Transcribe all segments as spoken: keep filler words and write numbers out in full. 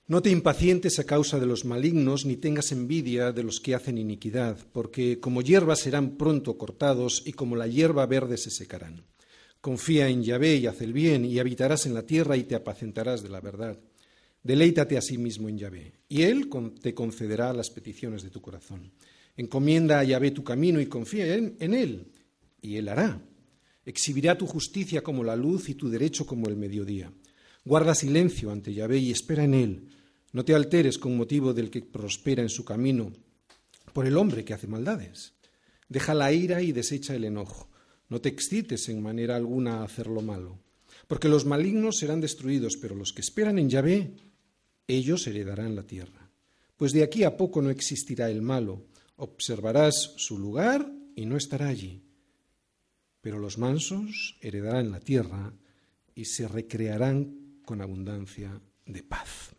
No te impacientes a causa de los malignos, ni tengas envidia de los que hacen iniquidad, porque como hierba serán pronto cortados, y como la hierba verde se secarán. Confía en Yahvé y haz el bien, y habitarás en la tierra y te apacentarás de la verdad. Deleítate a sí mismo en Yahvé, y Él te concederá las peticiones de tu corazón. Encomienda a Yahvé tu camino y confía en, en Él, y Él hará. Exhibirá tu justicia como la luz y tu derecho como el mediodía. Guarda silencio ante Yahvé y espera en Él. No te alteres con motivo del que prospera en su camino, por el hombre que hace maldades. Deja la ira y desecha el enojo. No te excites en manera alguna a hacer lo malo, porque los malignos serán destruidos, pero los que esperan en Yahvé, ellos heredarán la tierra. Pues de aquí a poco no existirá el malo. Observarás su lugar y no estará allí. Pero los mansos heredarán la tierra y se recrearán con abundancia de paz.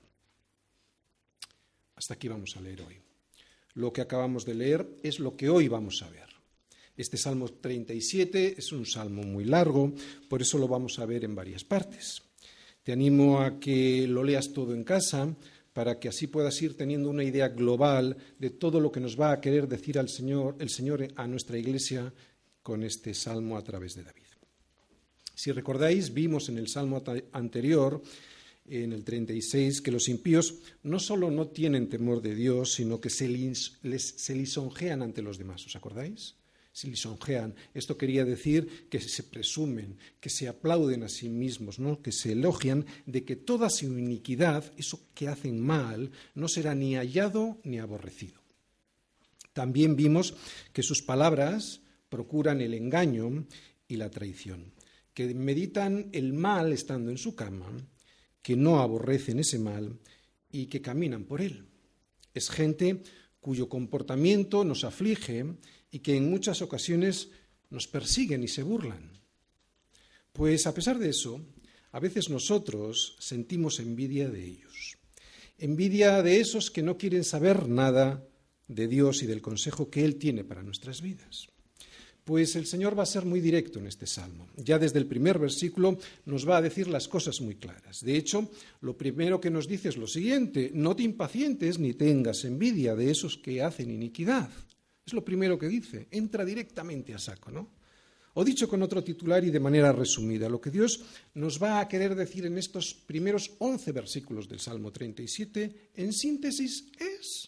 Hasta aquí vamos a leer hoy. Lo que acabamos de leer es lo que hoy vamos a ver. Este Salmo treinta y siete es un salmo muy largo, por eso lo vamos a ver en varias partes. Te animo a que lo leas todo en casa, para que así puedas ir teniendo una idea global de todo lo que nos va a querer decir al Señor, el Señor a nuestra Iglesia con este salmo a través de David. Si recordáis, vimos en el salmo anterior, en el treinta y seis, que los impíos no solo no tienen temor de Dios, sino que se, lis, les, se lisonjean ante los demás. ¿Os acordáis? Se lisonjean. Esto quería decir que se presumen, que se aplauden a sí mismos, ¿no? Que se elogian de que toda su iniquidad, eso que hacen mal, no será ni hallado ni aborrecido. También vimos que sus palabras procuran el engaño y la traición, que meditan el mal estando en su cama, que no aborrecen ese mal y que caminan por él. Es gente cuyo comportamiento nos aflige y que en muchas ocasiones nos persiguen y se burlan. Pues a pesar de eso, a veces nosotros sentimos envidia de ellos. Envidia de esos que no quieren saber nada de Dios y del consejo que Él tiene para nuestras vidas. Pues el Señor va a ser muy directo en este salmo. Ya desde el primer versículo nos va a decir las cosas muy claras. De hecho, lo primero que nos dice es lo siguiente: no te impacientes ni tengas envidia de esos que hacen iniquidad. Es lo primero que dice. Entra directamente a saco, ¿no? O dicho con otro titular y de manera resumida, lo que Dios nos va a querer decir en estos primeros once versículos del Salmo treinta y siete, en síntesis, es: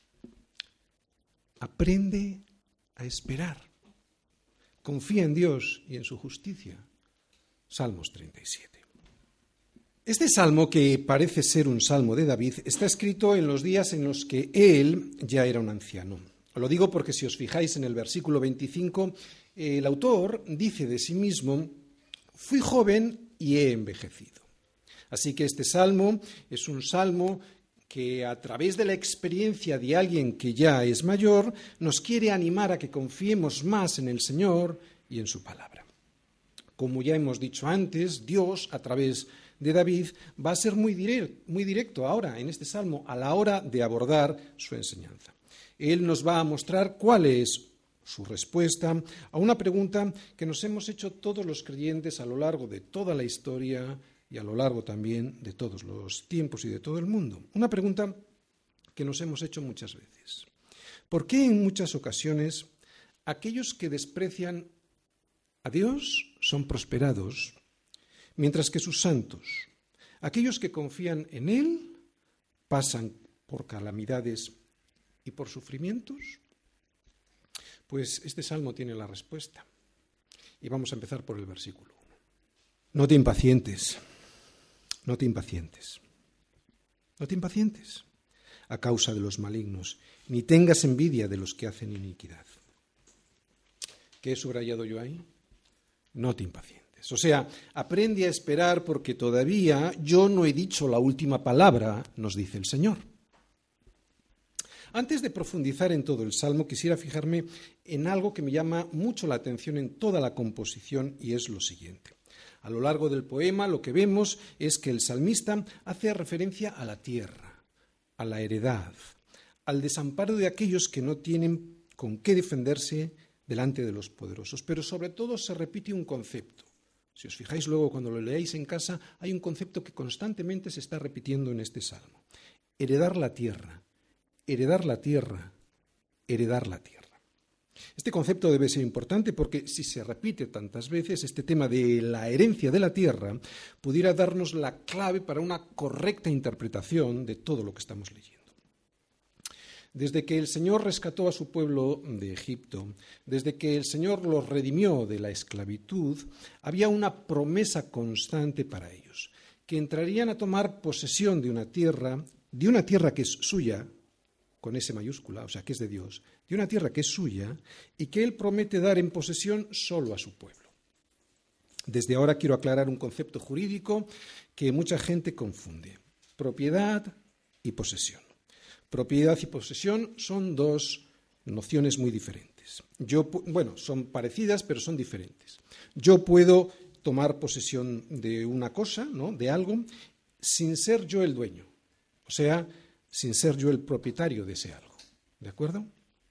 aprende a esperar. Confía en Dios y en su justicia. Salmos treinta y siete. Este salmo, que parece ser un salmo de David, está escrito en los días en los que él ya era un anciano. Lo digo porque si os fijáis en el versículo veinticinco, el autor dice de sí mismo: fui joven y he envejecido. Así que este salmo es un salmo que a través de la experiencia de alguien que ya es mayor, nos quiere animar a que confiemos más en el Señor y en su palabra. Como ya hemos dicho antes, Dios, a través de David, va a ser muy directo, muy directo ahora en este salmo a la hora de abordar su enseñanza. Él nos va a mostrar cuál es su respuesta a una pregunta que nos hemos hecho todos los creyentes a lo largo de toda la historia y a lo largo también de todos los tiempos y de todo el mundo. Una pregunta que nos hemos hecho muchas veces. ¿Por qué en muchas ocasiones aquellos que desprecian a Dios son prosperados, mientras que sus santos, aquellos que confían en Él, pasan por calamidades y por sufrimientos? Pues este salmo tiene la respuesta. Y vamos a empezar por el versículo uno. No te impacientes. No te impacientes, no te impacientes a causa de los malignos, ni tengas envidia de los que hacen iniquidad. ¿Qué he subrayado yo ahí? No te impacientes. O sea, aprende a esperar porque todavía yo no he dicho la última palabra, nos dice el Señor. Antes de profundizar en todo el Salmo, quisiera fijarme en algo que me llama mucho la atención en toda la composición, y es lo siguiente. A lo largo del poema lo que vemos es que el salmista hace referencia a la tierra, a la heredad, al desamparo de aquellos que no tienen con qué defenderse delante de los poderosos. Pero sobre todo se repite un concepto, Si os fijáis luego cuando lo leáis en casa, hay un concepto que constantemente se está repitiendo en este salmo. Heredar la tierra, heredar la tierra, heredar la tierra. Este concepto debe ser importante porque si se repite tantas veces, este tema de la herencia de la tierra pudiera darnos la clave para una correcta interpretación de todo lo que estamos leyendo. Desde que el Señor rescató a su pueblo de Egipto, desde que el Señor los redimió de la esclavitud, había una promesa constante para ellos, que entrarían a tomar posesión de una tierra, de una tierra que es suya, con S mayúscula, o sea, que es de Dios, de una tierra que es suya y que Él promete dar en posesión solo a su pueblo. Desde ahora quiero aclarar un concepto jurídico que mucha gente confunde: propiedad y posesión. Propiedad y posesión son dos nociones muy diferentes. Yo, bueno, son parecidas, pero son diferentes. Yo puedo tomar posesión de una cosa, ¿no?, de algo, sin ser yo el dueño, o sea, sin ser yo el propietario de ese algo, ¿de acuerdo?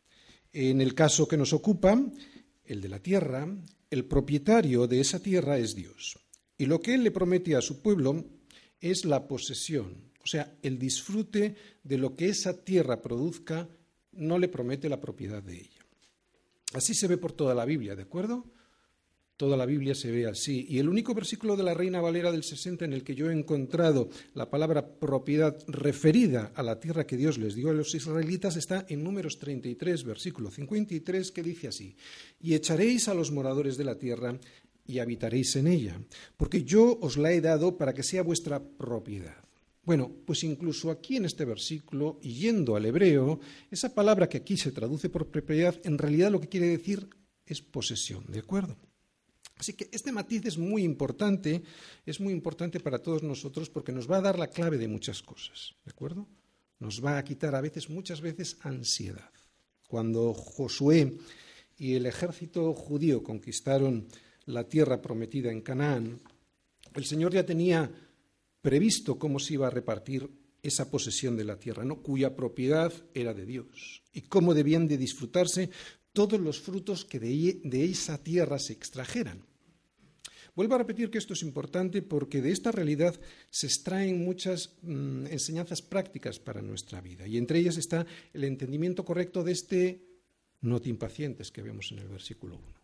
En el caso que nos ocupa, el de la tierra, el propietario de esa tierra es Dios. Y lo que Él le promete a su pueblo es la posesión, o sea, el disfrute de lo que esa tierra produzca, no le promete la propiedad de ella. Así se ve por toda la Biblia, ¿de acuerdo? Toda la Biblia se ve así. Y el único versículo de la Reina Valera del sesenta en el que yo he encontrado la palabra propiedad referida a la tierra que Dios les dio a los israelitas está en Números treinta y tres, versículo cincuenta y tres, que dice así: y echaréis a los moradores de la tierra y habitaréis en ella, porque yo os la he dado para que sea vuestra propiedad. Bueno, pues incluso aquí en este versículo, y yendo al hebreo, esa palabra que aquí se traduce por propiedad, en realidad lo que quiere decir es posesión, ¿de acuerdo? Así que este matiz es muy importante, es muy importante para todos nosotros porque nos va a dar la clave de muchas cosas, ¿de acuerdo? Nos va a quitar a veces, muchas veces, ansiedad. Cuando Josué y el ejército judío conquistaron la tierra prometida en Canaán, el Señor ya tenía previsto cómo se iba a repartir esa posesión de la tierra, ¿no?, cuya propiedad era de Dios, y cómo debían de disfrutarse todos los frutos que de, de esa tierra se extrajeran. Vuelvo a repetir que esto es importante porque de esta realidad se extraen muchas mmm, enseñanzas prácticas para nuestra vida, y entre ellas está el entendimiento correcto de este no te impacientes que vemos en el versículo uno.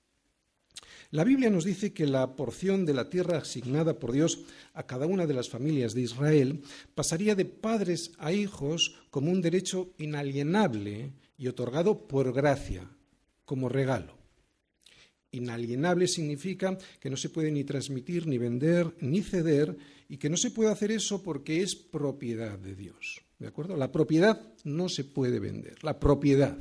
La Biblia nos dice que la porción de la tierra asignada por Dios a cada una de las familias de Israel pasaría de padres a hijos como un derecho inalienable y otorgado por gracia, como regalo. Inalienable significa que no se puede ni transmitir, ni vender, ni ceder, y que no se puede hacer eso porque es propiedad de Dios, ¿de acuerdo? La propiedad no se puede vender, la propiedad.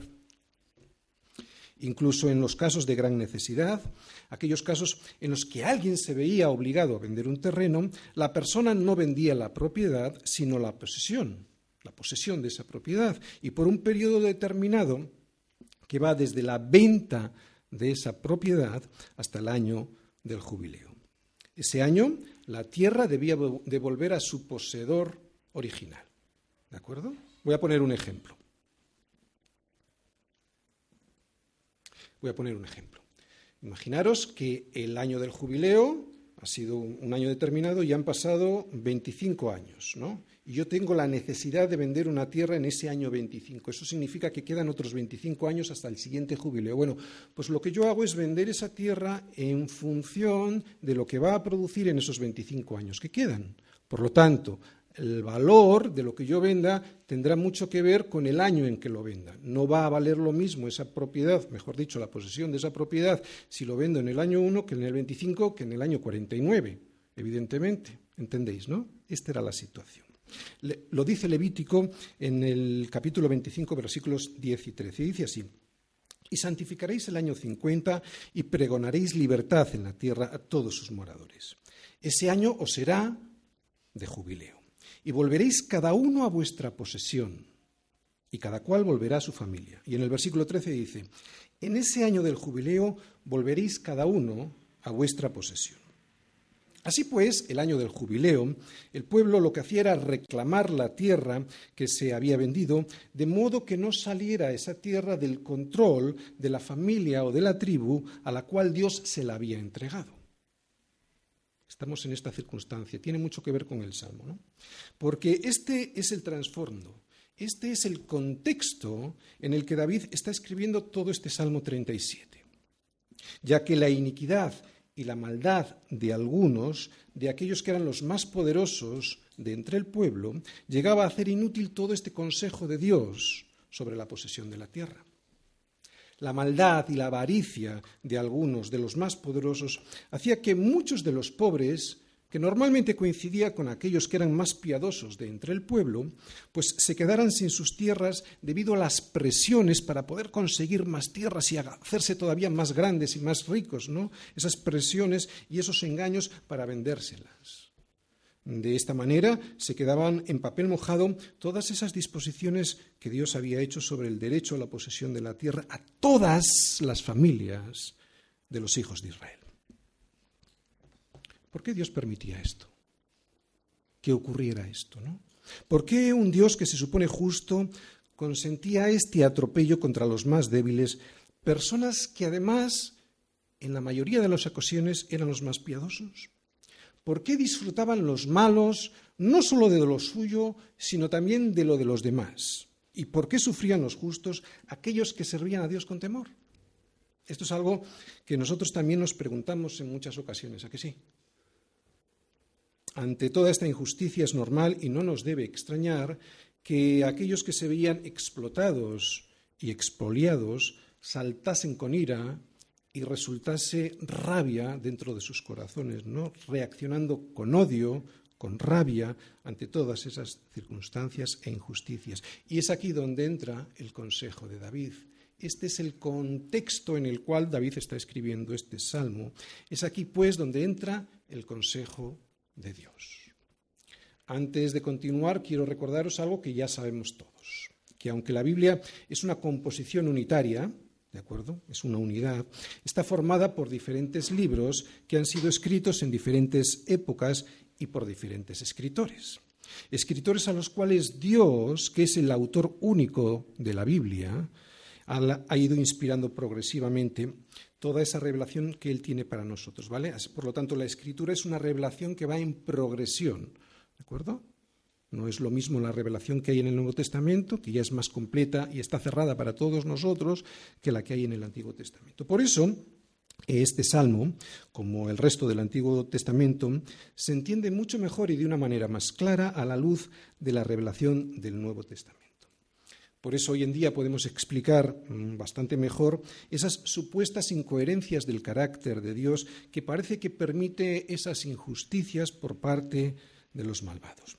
Incluso en los casos de gran necesidad, aquellos casos en los que alguien se veía obligado a vender un terreno, la persona no vendía la propiedad, sino la posesión, la posesión de esa propiedad, y por un periodo determinado que va desde la venta de esa propiedad hasta el año del jubileo. Ese año la tierra debía devolver a su poseedor original, ¿de acuerdo? Voy a poner un ejemplo. Voy a poner un ejemplo. Imaginaros que el año del jubileo ha sido un año determinado y han pasado veinticinco años, ¿no? Y yo tengo la necesidad de vender una tierra en ese año veinticinco. Eso significa que quedan otros veinticinco años hasta el siguiente jubileo. Bueno, pues lo que yo hago es vender esa tierra en función de lo que va a producir en esos veinticinco años que quedan. Por lo tanto, el valor de lo que yo venda tendrá mucho que ver con el año en que lo venda. No va a valer lo mismo esa propiedad, mejor dicho, la posesión de esa propiedad, si lo vendo en el año uno que en el veinticinco, que en el año cuarenta y nueve, evidentemente. ¿Entendéis, no? Esta era la situación. Le, lo dice Levítico en el capítulo veinticinco, versículos diez y trece. Dice así: y santificaréis el año cincuenta y pregonaréis libertad en la tierra a todos sus moradores. Ese año os será de jubileo. Y volveréis cada uno a vuestra posesión, y cada cual volverá a su familia. Y en el versículo trece dice: en ese año del jubileo volveréis cada uno a vuestra posesión. Así pues, el año del jubileo, el pueblo lo que hacía era reclamar la tierra que se había vendido, de modo que no saliera esa tierra del control de la familia o de la tribu a la cual Dios se la había entregado. Estamos en esta circunstancia. Tiene mucho que ver con el Salmo, ¿no? Porque este es el trasfondo, este es el contexto en el que David está escribiendo todo este Salmo treinta y siete. Ya que la iniquidad y la maldad de algunos, de aquellos que eran los más poderosos de entre el pueblo, llegaba a hacer inútil todo este consejo de Dios sobre la posesión de la tierra. La maldad y la avaricia de algunos de los más poderosos hacía que muchos de los pobres, que normalmente coincidía con aquellos que eran más piadosos de entre el pueblo, pues se quedaran sin sus tierras debido a las presiones para poder conseguir más tierras y hacerse todavía más grandes y más ricos, ¿no? Esas presiones y esos engaños para vendérselas. De esta manera se quedaban en papel mojado todas esas disposiciones que Dios había hecho sobre el derecho a la posesión de la tierra a todas las familias de los hijos de Israel. ¿Por qué Dios permitía esto? Que ocurriera esto, ¿no? ¿Por qué un Dios que se supone justo consentía este atropello contra los más débiles, personas que además, en la mayoría de las ocasiones, eran los más piadosos? ¿Por qué disfrutaban los malos no solo de lo suyo, sino también de lo de los demás? ¿Y por qué sufrían los justos, aquellos que servían a Dios con temor? Esto es algo que nosotros también nos preguntamos en muchas ocasiones, ¿a que sí? Ante toda esta injusticia es normal y no nos debe extrañar que aquellos que se veían explotados y expoliados saltasen con ira y resultase rabia dentro de sus corazones, ¿no? Reaccionando con odio, con rabia ante todas esas circunstancias e injusticias. Y es aquí donde entra el consejo de David. Este es el contexto en el cual David está escribiendo este salmo. Es aquí, pues, donde entra el consejo de Dios. Antes de continuar, quiero recordaros algo que ya sabemos todos, que aunque la Biblia es una composición unitaria, ¿de acuerdo? Es una unidad, está formada por diferentes libros que han sido escritos en diferentes épocas y por diferentes escritores. Escritores a los cuales Dios, que es el autor único de la Biblia, ha ido inspirando progresivamente toda esa revelación que Él tiene para nosotros, ¿vale? Por lo tanto, la Escritura es una revelación que va en progresión, ¿de acuerdo? No es lo mismo la revelación que hay en el Nuevo Testamento, que ya es más completa y está cerrada para todos nosotros, que la que hay en el Antiguo Testamento. Por eso, este salmo, como el resto del Antiguo Testamento, se entiende mucho mejor y de una manera más clara a la luz de la revelación del Nuevo Testamento. Por eso hoy en día podemos explicar bastante mejor esas supuestas incoherencias del carácter de Dios que parece que permite esas injusticias por parte de los malvados.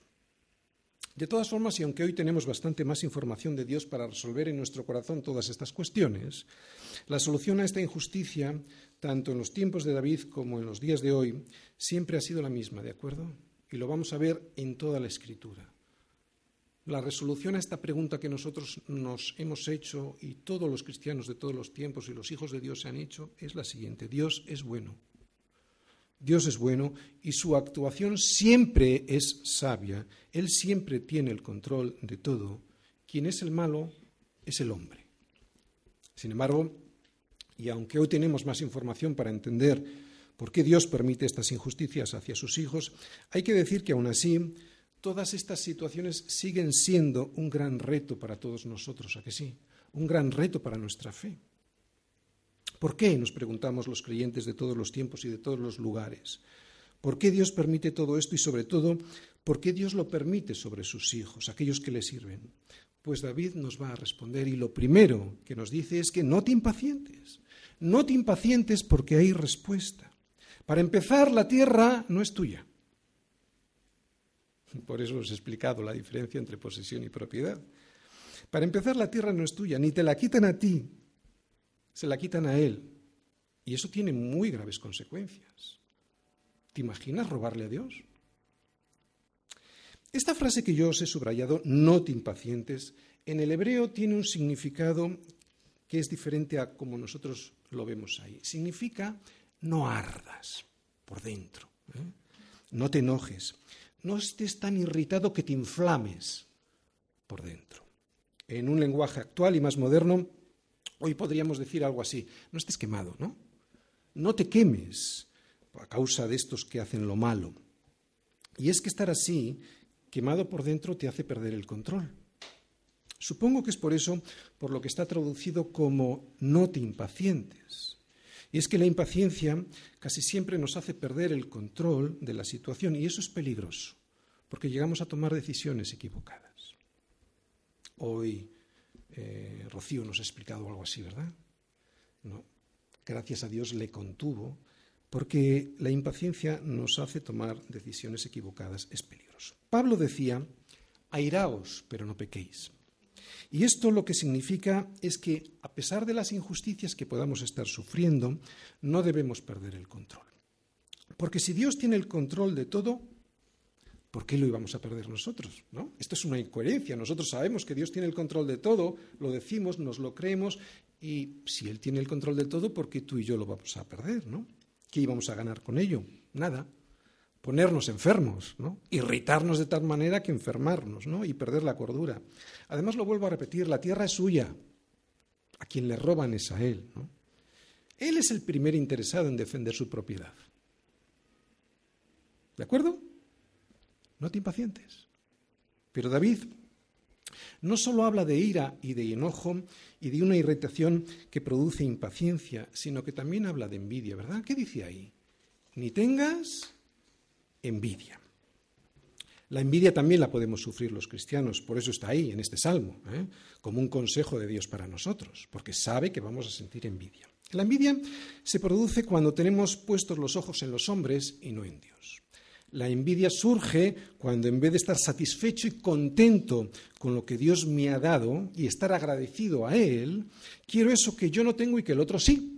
De todas formas, y aunque hoy tenemos bastante más información de Dios para resolver en nuestro corazón todas estas cuestiones, la solución a esta injusticia, tanto en los tiempos de David como en los días de hoy, siempre ha sido la misma, ¿de acuerdo? Y lo vamos a ver en toda la Escritura. La resolución a esta pregunta que nosotros nos hemos hecho y todos los cristianos de todos los tiempos y los hijos de Dios se han hecho es la siguiente: Dios es bueno. Dios es bueno y su actuación siempre es sabia. Él siempre tiene el control de todo. Quien es el malo es el hombre. Sin embargo, y aunque hoy tenemos más información para entender por qué Dios permite estas injusticias hacia sus hijos, hay que decir que aún así todas estas situaciones siguen siendo un gran reto para todos nosotros, ¿a que sí? Un gran reto para nuestra fe. ¿Por qué? Nos preguntamos los creyentes de todos los tiempos y de todos los lugares. ¿Por qué Dios permite todo esto y, sobre todo, por qué Dios lo permite sobre sus hijos, aquellos que le sirven? Pues David nos va a responder y lo primero que nos dice es que no te impacientes. No te impacientes porque hay respuesta. Para empezar, la tierra no es tuya. Por eso os he explicado la diferencia entre posesión y propiedad. Para empezar, la tierra no es tuya, ni te la quitan a ti, se la quitan a él. Y eso tiene muy graves consecuencias. ¿Te imaginas robarle a Dios? Esta frase que yo os he subrayado, no te impacientes, en el hebreo tiene un significado que es diferente a como nosotros lo vemos ahí. Significa no ardas por dentro, ¿eh? No te enojes. No estés tan irritado que te inflames por dentro. En un lenguaje actual y más moderno, hoy podríamos decir algo así: no estés quemado, ¿no? No te quemes, a causa de estos que hacen lo malo. Y es que estar así, quemado por dentro, te hace perder el control. Supongo que es por eso por lo que está traducido como no te impacientes. Y es que la impaciencia casi siempre nos hace perder el control de la situación, y eso es peligroso, porque llegamos a tomar decisiones equivocadas. Hoy eh, Rocío nos ha explicado algo así, ¿verdad? No, gracias a Dios le contuvo, porque la impaciencia nos hace tomar decisiones equivocadas, es peligroso. Pablo decía, airaos, pero no pequéis. Y esto lo que significa es que, a pesar de las injusticias que podamos estar sufriendo, no debemos perder el control. Porque si Dios tiene el control de todo, ¿por qué lo íbamos a perder nosotros? ¿No? Esto es una incoherencia. Nosotros sabemos que Dios tiene el control de todo, lo decimos, nos lo creemos, y si Él tiene el control de todo, ¿por qué tú y yo lo vamos a perder? ¿No? ¿Qué íbamos a ganar con ello? Nada. Ponernos enfermos, ¿no? Irritarnos de tal manera que enfermarnos, ¿no? Y perder la cordura. Además, lo vuelvo a repetir, la tierra es suya. A quien le roban es a Él, ¿no? Él es el primer interesado en defender su propiedad. ¿De acuerdo? No te impacientes. Pero David no solo habla de ira y de enojo y de una irritación que produce impaciencia, sino que también habla de envidia, ¿verdad? ¿Qué dice ahí? Ni tengas envidia. La envidia también la podemos sufrir los cristianos, por eso está ahí, en este salmo, ¿eh? Como un consejo de Dios para nosotros, porque sabe que vamos a sentir envidia. La envidia se produce cuando tenemos puestos los ojos en los hombres y no en Dios. La envidia surge cuando, en vez de estar satisfecho y contento con lo que Dios me ha dado y estar agradecido a Él, quiero eso que yo no tengo y que el otro sí.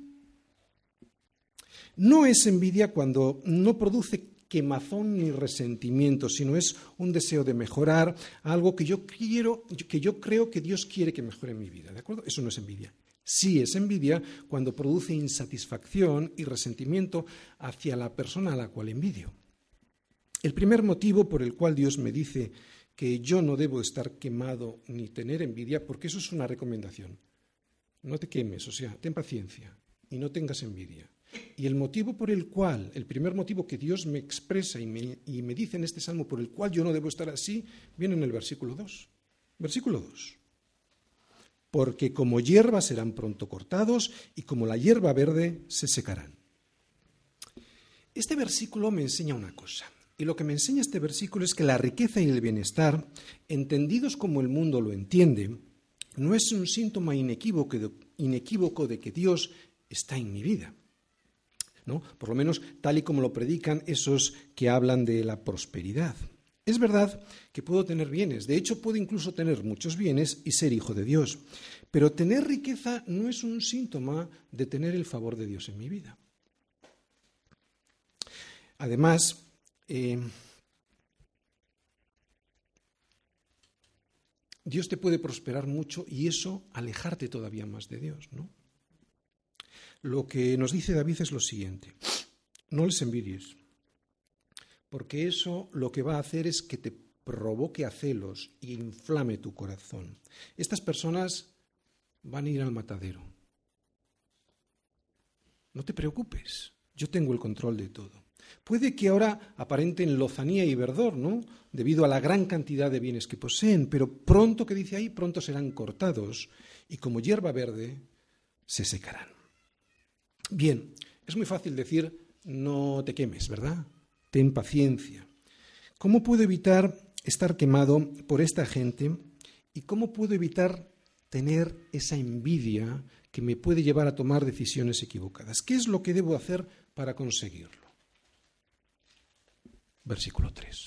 No es envidia cuando no produce quemazón ni resentimiento, sino es un deseo de mejorar algo que yo quiero, que yo creo que Dios quiere que mejore en mi vida, ¿de acuerdo? Eso no es envidia. Sí es envidia cuando produce insatisfacción y resentimiento hacia la persona a la cual envidio. El primer motivo por el cual Dios me dice que yo no debo estar quemado ni tener envidia, porque eso es una recomendación. No te quemes, o sea, ten paciencia y no tengas envidia. Y el motivo por el cual, el primer motivo que Dios me expresa y me, y me dice en este salmo por el cual yo no debo estar así, viene en el versículo dos. Versículo dos. Porque como hierba serán pronto cortados y como la hierba verde se secarán. Este versículo me enseña una cosa. Y lo que me enseña este versículo es que la riqueza y el bienestar, entendidos como el mundo lo entiende, no es un síntoma inequívoco de, inequívoco de que Dios está en mi vida, ¿no? Por lo menos tal y como lo predican esos que hablan de la prosperidad. Es verdad que puedo tener bienes, de hecho puedo incluso tener muchos bienes y ser hijo de Dios, pero tener riqueza no es un síntoma de tener el favor de Dios en mi vida. Además, Eh, Dios te puede prosperar mucho y eso alejarte todavía más de Dios, ¿no? Lo que nos dice David es lo siguiente: no les envidies, porque eso lo que va a hacer es que te provoque a celos e inflame tu corazón. Estas personas van a ir al matadero. No te preocupes, yo tengo el control de todo. Puede que ahora aparenten lozanía y verdor, ¿no? Debido a la gran cantidad de bienes que poseen, pero pronto, que dice ahí, pronto serán cortados y como hierba verde se secarán. Bien, es muy fácil decir no te quemes, ¿verdad? Ten paciencia. ¿Cómo puedo evitar estar quemado por esta gente y cómo puedo evitar tener esa envidia que me puede llevar a tomar decisiones equivocadas? ¿Qué es lo que debo hacer para conseguirlo? Versículo tres.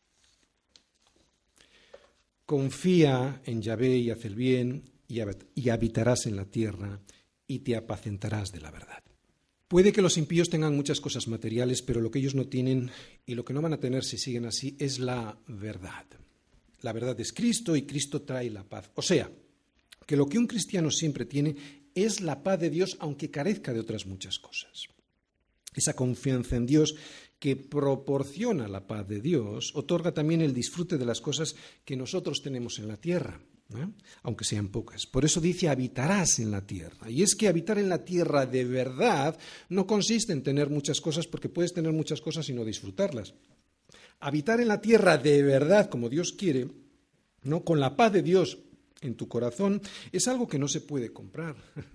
Confía en Yahvé y haz el bien y habitarás en la tierra y te apacentarás de la verdad. Puede que los impíos tengan muchas cosas materiales, pero lo que ellos no tienen y lo que no van a tener si siguen así es la verdad. La verdad es Cristo y Cristo trae la paz. O sea, que lo que un cristiano siempre tiene es la paz de Dios, aunque carezca de otras muchas cosas. Esa confianza en Dios que proporciona la paz de Dios, otorga también el disfrute de las cosas que nosotros tenemos en la tierra. ¿eh? Aunque sean pocas. Por eso dice habitarás en la tierra. Y es que habitar en la tierra de verdad no consiste en tener muchas cosas, porque puedes tener muchas cosas y no disfrutarlas. Habitar en la tierra de verdad, como Dios quiere, ¿no? Con la paz de Dios en tu corazón, es algo que no se puede comprar,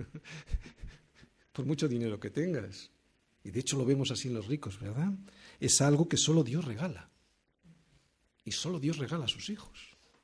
por mucho dinero que tengas. Y de hecho lo vemos así en los ricos, ¿verdad? Es algo que solo Dios regala. Y solo Dios regala a sus hijos.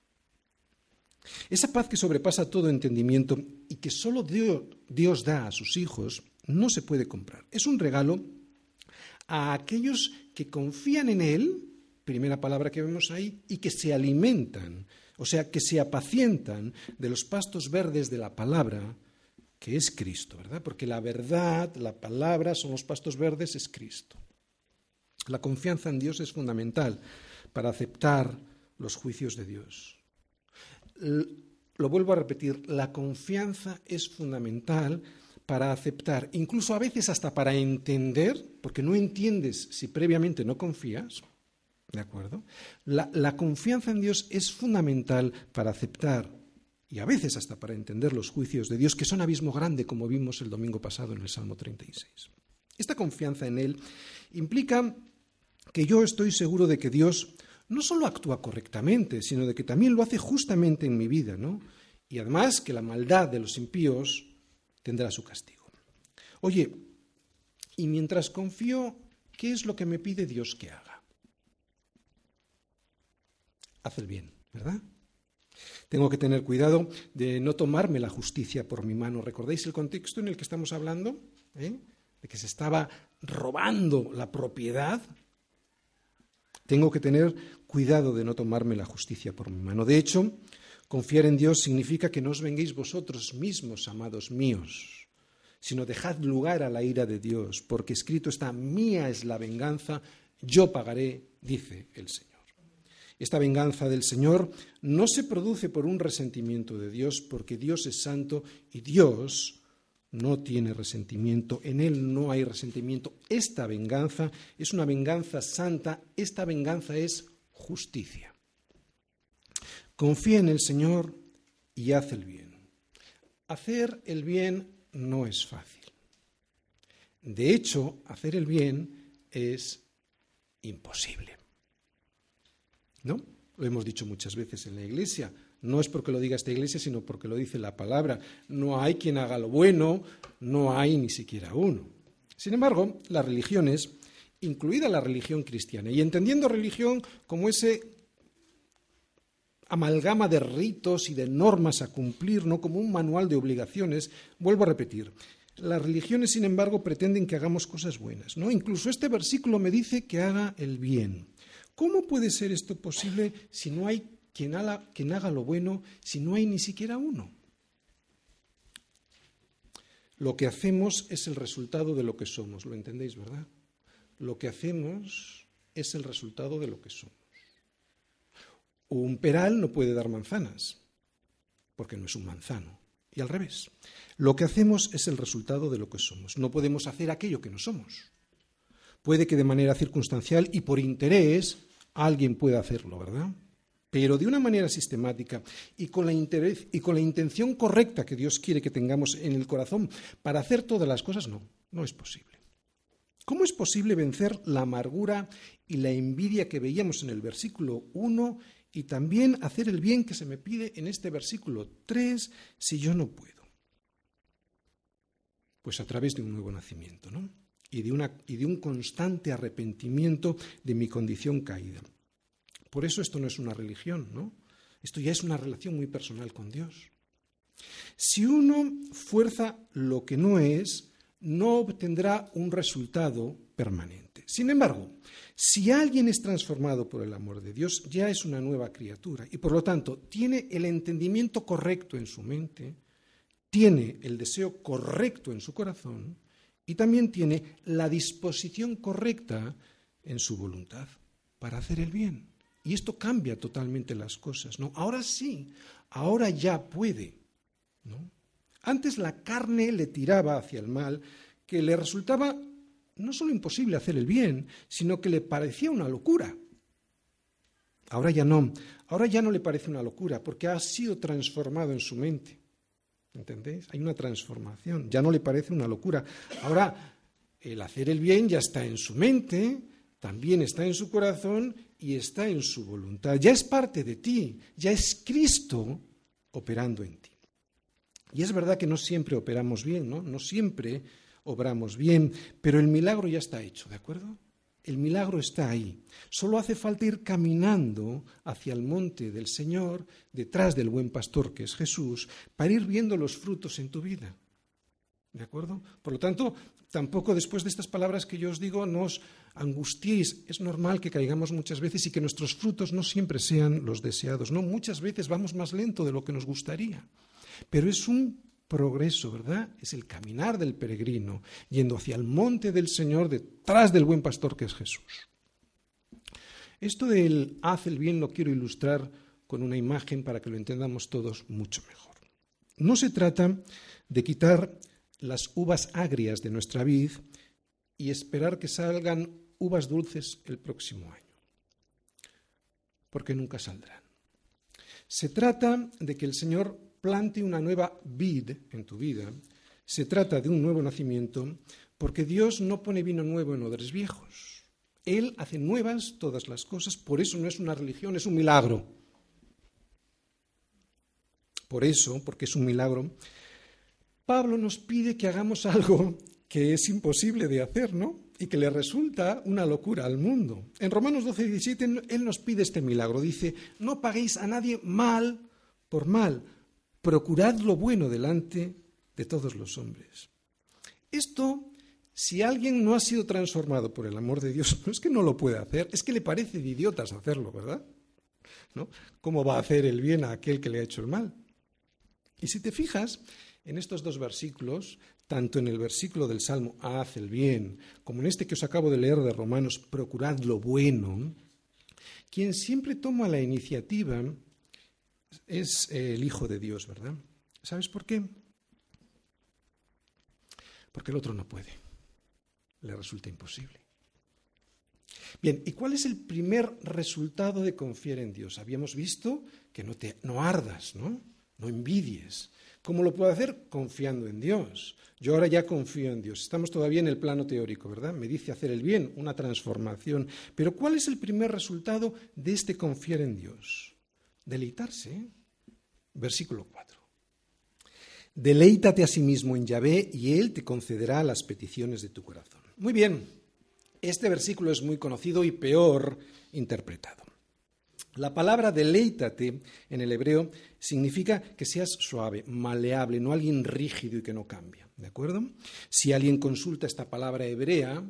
Esa paz que sobrepasa todo entendimiento y que solo Dios, Dios da a sus hijos, no se puede comprar. Es un regalo a aquellos que confían en Él, primera palabra que vemos ahí, y que se alimentan, o sea, que se apacientan de los pastos verdes de la palabra, que es Cristo, ¿verdad? Porque la verdad, la palabra, son los pastos verdes, es Cristo. La confianza en Dios es fundamental para aceptar los juicios de Dios. Lo vuelvo a repetir, la confianza es fundamental para aceptar, incluso a veces hasta para entender, porque no entiendes si previamente no confías, ¿de acuerdo? La, la confianza en Dios es fundamental para aceptar, y a veces hasta para entender los juicios de Dios, que son abismo grande, como vimos el domingo pasado en el Salmo treinta y seis. Esta confianza en Él implica que yo estoy seguro de que Dios no solo actúa correctamente, sino de que también lo hace justamente en mi vida, ¿no? Y además que la maldad de los impíos tendrá su castigo. Oye, y mientras confío, ¿qué es lo que me pide Dios que haga? Haz el bien, ¿verdad? Tengo que tener cuidado de no tomarme la justicia por mi mano. ¿Recordáis el contexto en el que estamos hablando? ¿Eh? De que se estaba robando la propiedad. Tengo que tener cuidado de no tomarme la justicia por mi mano. De hecho, confiar en Dios significa que no os venguéis vosotros mismos, amados míos, sino dejad lugar a la ira de Dios, porque escrito está, mía es la venganza, yo pagaré, dice el Señor. Esta venganza del Señor no se produce por un resentimiento de Dios, porque Dios es santo y Dios no tiene resentimiento, en Él no hay resentimiento. Esta venganza es una venganza santa, esta venganza es justicia. Confía en el Señor y haz el bien. Hacer el bien no es fácil. De hecho, hacer el bien es imposible. ¿No? Lo hemos dicho muchas veces en la Iglesia. No es porque lo diga esta Iglesia, sino porque lo dice la palabra. No hay quien haga lo bueno, no hay ni siquiera uno. Sin embargo, las religiones, incluida la religión cristiana, y entendiendo religión como ese amalgama de ritos y de normas a cumplir, no como un manual de obligaciones, vuelvo a repetir, las religiones, sin embargo, pretenden que hagamos cosas buenas, ¿no? Incluso este versículo me dice que haga el bien. ¿Cómo puede ser esto posible si no hay quien haga, quien haga lo bueno, si no hay ni siquiera uno? Lo que hacemos es el resultado de lo que somos, ¿lo entendéis, verdad? Lo que hacemos es el resultado de lo que somos. Un peral no puede dar manzanas, porque no es un manzano, y al revés. Lo que hacemos es el resultado de lo que somos. No podemos hacer aquello que no somos. Puede que de manera circunstancial y por interés alguien pueda hacerlo, ¿verdad? Pero de una manera sistemática y con la interés, y con la intención correcta que Dios quiere que tengamos en el corazón para hacer todas las cosas, no, no es posible. ¿Cómo es posible vencer la amargura y la envidia que veíamos en el versículo uno y también hacer el bien que se me pide en este versículo tres si yo no puedo? Pues a través de un nuevo nacimiento, ¿no? Y de, una, y de un constante arrepentimiento de mi condición caída. Por eso esto no es una religión, ¿no? Esto ya es una relación muy personal con Dios. Si uno fuerza lo que no es, no obtendrá un resultado permanente. Sin embargo, si alguien es transformado por el amor de Dios, ya es una nueva criatura y por lo tanto tiene el entendimiento correcto en su mente, tiene el deseo correcto en su corazón, y también tiene la disposición correcta en su voluntad para hacer el bien. Y esto cambia totalmente las cosas, ¿no? Ahora sí, ahora ya puede, ¿no? Antes la carne le tiraba hacia el mal, que le resultaba no solo imposible hacer el bien, sino que le parecía una locura. Ahora ya no. Ahora ya no le parece una locura, porque ha sido transformado en su mente. ¿Entendéis? Hay una transformación. Ya no le parece una locura. Ahora, el hacer el bien ya está en su mente, también está en su corazón y está en su voluntad. Ya es parte de ti. Ya es Cristo operando en ti. Y es verdad que no siempre operamos bien, ¿no? No siempre obramos bien, pero el milagro ya está hecho, ¿de acuerdo? El milagro está ahí. Solo hace falta ir caminando hacia el monte del Señor, detrás del buen pastor que es Jesús, para ir viendo los frutos en tu vida. ¿De acuerdo? Por lo tanto, tampoco después de estas palabras que yo os digo, no os angustiéis. Es normal que caigamos muchas veces y que nuestros frutos no siempre sean los deseados. No, muchas veces vamos más lento de lo que nos gustaría. Pero es un progreso, ¿verdad? Es el caminar del peregrino, yendo hacia el monte del Señor, detrás del buen pastor que es Jesús. Esto del haz el bien lo quiero ilustrar con una imagen para que lo entendamos todos mucho mejor. No se trata de quitar las uvas agrias de nuestra vid y esperar que salgan uvas dulces el próximo año, porque nunca saldrán. Se trata de que el Señor plante una nueva vid en tu vida. Se trata de un nuevo nacimiento, porque Dios no pone vino nuevo en odres viejos. Él hace nuevas todas las cosas, por eso no es una religión, es un milagro. Por eso, porque es un milagro, Pablo nos pide que hagamos algo que es imposible de hacer, ¿no? Y que le resulta una locura al mundo. En Romanos doce, diecisiete, él nos pide este milagro. Dice, no paguéis a nadie mal por mal, procurad lo bueno delante de todos los hombres. Esto, si alguien no ha sido transformado por el amor de Dios, no es que no lo pueda hacer, es que le parece de idiotas hacerlo, ¿verdad? ¿No? ¿Cómo va a hacer el bien a aquel que le ha hecho el mal? Y si te fijas en estos dos versículos, tanto en el versículo del Salmo, haz el bien, como en este que os acabo de leer de Romanos, procurad lo bueno, quien siempre toma la iniciativa es el Hijo de Dios, ¿verdad? ¿Sabes por qué? Porque el otro no puede, le resulta imposible. Bien, ¿y cuál es el primer resultado de confiar en Dios? Habíamos visto que no, te, no ardas, ¿no? No envidies. ¿Cómo lo puedo hacer? Confiando en Dios. Yo ahora ya confío en Dios. Estamos todavía en el plano teórico, ¿verdad? Me dice hacer el bien, una transformación. Pero ¿cuál es el primer resultado de este confiar en Dios? Deleitarse. ¿eh? Versículo cuatro. Deleítate a sí mismo en Yahvé y Él te concederá las peticiones de tu corazón. Muy bien, este versículo es muy conocido y peor interpretado. La palabra deleítate en el hebreo significa que seas suave, maleable, no alguien rígido y que no cambia, ¿de acuerdo? Si alguien consulta esta palabra hebrea,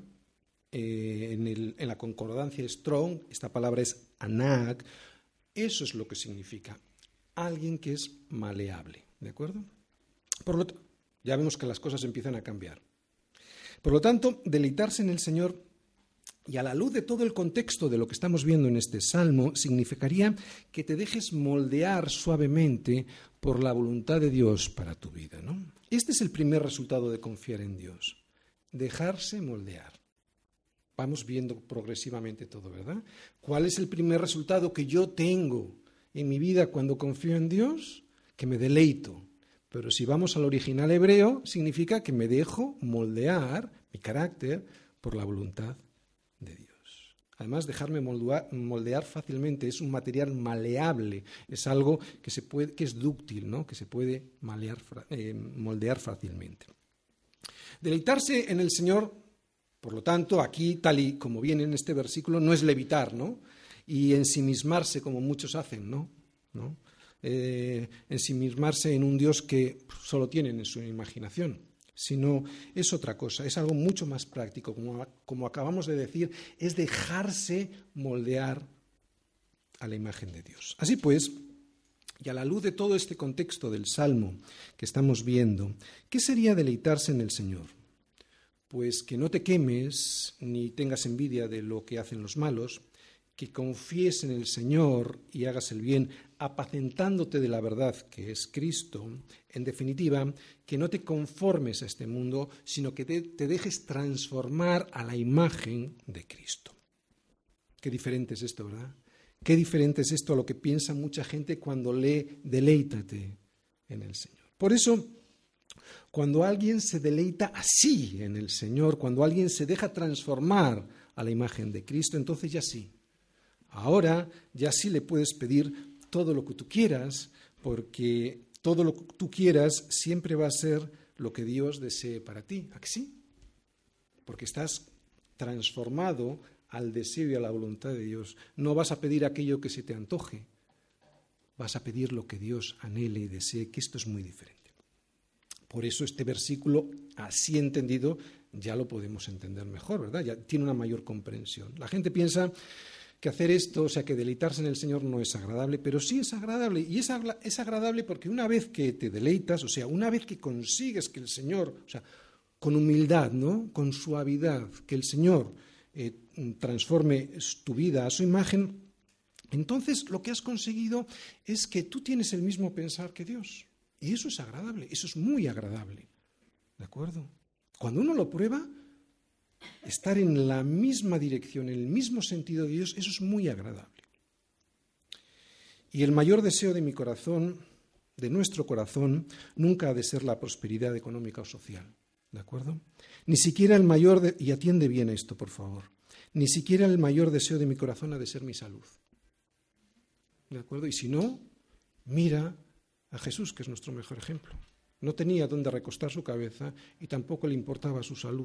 eh, en, el, en la concordancia Strong, esta palabra es anag, eso es lo que significa, alguien que es maleable, ¿de acuerdo? Por lo tanto, ya vemos que las cosas empiezan a cambiar. Por lo tanto, deleitarse en el Señor, y a la luz de todo el contexto de lo que estamos viendo en este salmo, significaría que te dejes moldear suavemente por la voluntad de Dios para tu vida, ¿no? Este es el primer resultado de confiar en Dios, dejarse moldear. Vamos viendo progresivamente todo, ¿verdad? ¿Cuál es el primer resultado que yo tengo en mi vida cuando confío en Dios? Que me deleito. Pero si vamos al original hebreo, significa que me dejo moldear mi carácter por la voluntad de Dios. Además, dejarme moldear, moldear fácilmente es un material maleable, es algo que, se puede, que es dúctil, ¿no? Que se puede malear, eh, moldear fácilmente. Deleitarse en el Señor, por lo tanto, aquí, tal y como viene en este versículo, no es levitar, ¿no? Y ensimismarse como muchos hacen, ¿no? ¿No? Eh, ensimismarse en un Dios que solo tienen en su imaginación, sino es otra cosa, es algo mucho más práctico, como, como acabamos de decir, es dejarse moldear a la imagen de Dios. Así pues, y a la luz de todo este contexto del Salmo que estamos viendo, ¿qué sería deleitarse en el Señor? Pues que no te quemes ni tengas envidia de lo que hacen los malos, que confíes en el Señor y hagas el bien, apacentándote de la verdad que es Cristo. En definitiva, que no te conformes a este mundo, sino que te, te dejes transformar a la imagen de Cristo. Qué diferente es esto, ¿verdad? Qué diferente es esto a lo que piensa mucha gente cuando lee deleítate en el Señor. Por eso, cuando alguien se deleita así en el Señor, cuando alguien se deja transformar a la imagen de Cristo, entonces ya sí. Ahora ya sí le puedes pedir todo lo que tú quieras, porque todo lo que tú quieras siempre va a ser lo que Dios desee para ti. ¿A que sí? Porque estás transformado al deseo y a la voluntad de Dios. No vas a pedir aquello que se te antoje, vas a pedir lo que Dios anhele y desee, que esto es muy diferente. Por eso este versículo, así entendido, ya lo podemos entender mejor, ¿verdad? Ya tiene una mayor comprensión. La gente piensa que hacer esto, o sea, que deleitarse en el Señor no es agradable, pero sí es agradable. Y es, es agradable porque una vez que te deleitas, o sea, una vez que consigues que el Señor, o sea, con humildad, ¿no?, con suavidad, que el Señor eh, transforme tu vida a su imagen, entonces lo que has conseguido es que tú tienes el mismo pensar que Dios. Y eso es agradable, eso es muy agradable. ¿De acuerdo? Cuando uno lo prueba, estar en la misma dirección, en el mismo sentido de Dios, eso es muy agradable. Y el mayor deseo de mi corazón, de nuestro corazón, nunca ha de ser la prosperidad económica o social. ¿De acuerdo? Ni siquiera el mayor, de, y atiende bien esto, por favor, ni siquiera el mayor deseo de mi corazón ha de ser mi salud. ¿De acuerdo? Y si no, mira a Jesús, que es nuestro mejor ejemplo. No tenía dónde recostar su cabeza y tampoco le importaba su salud.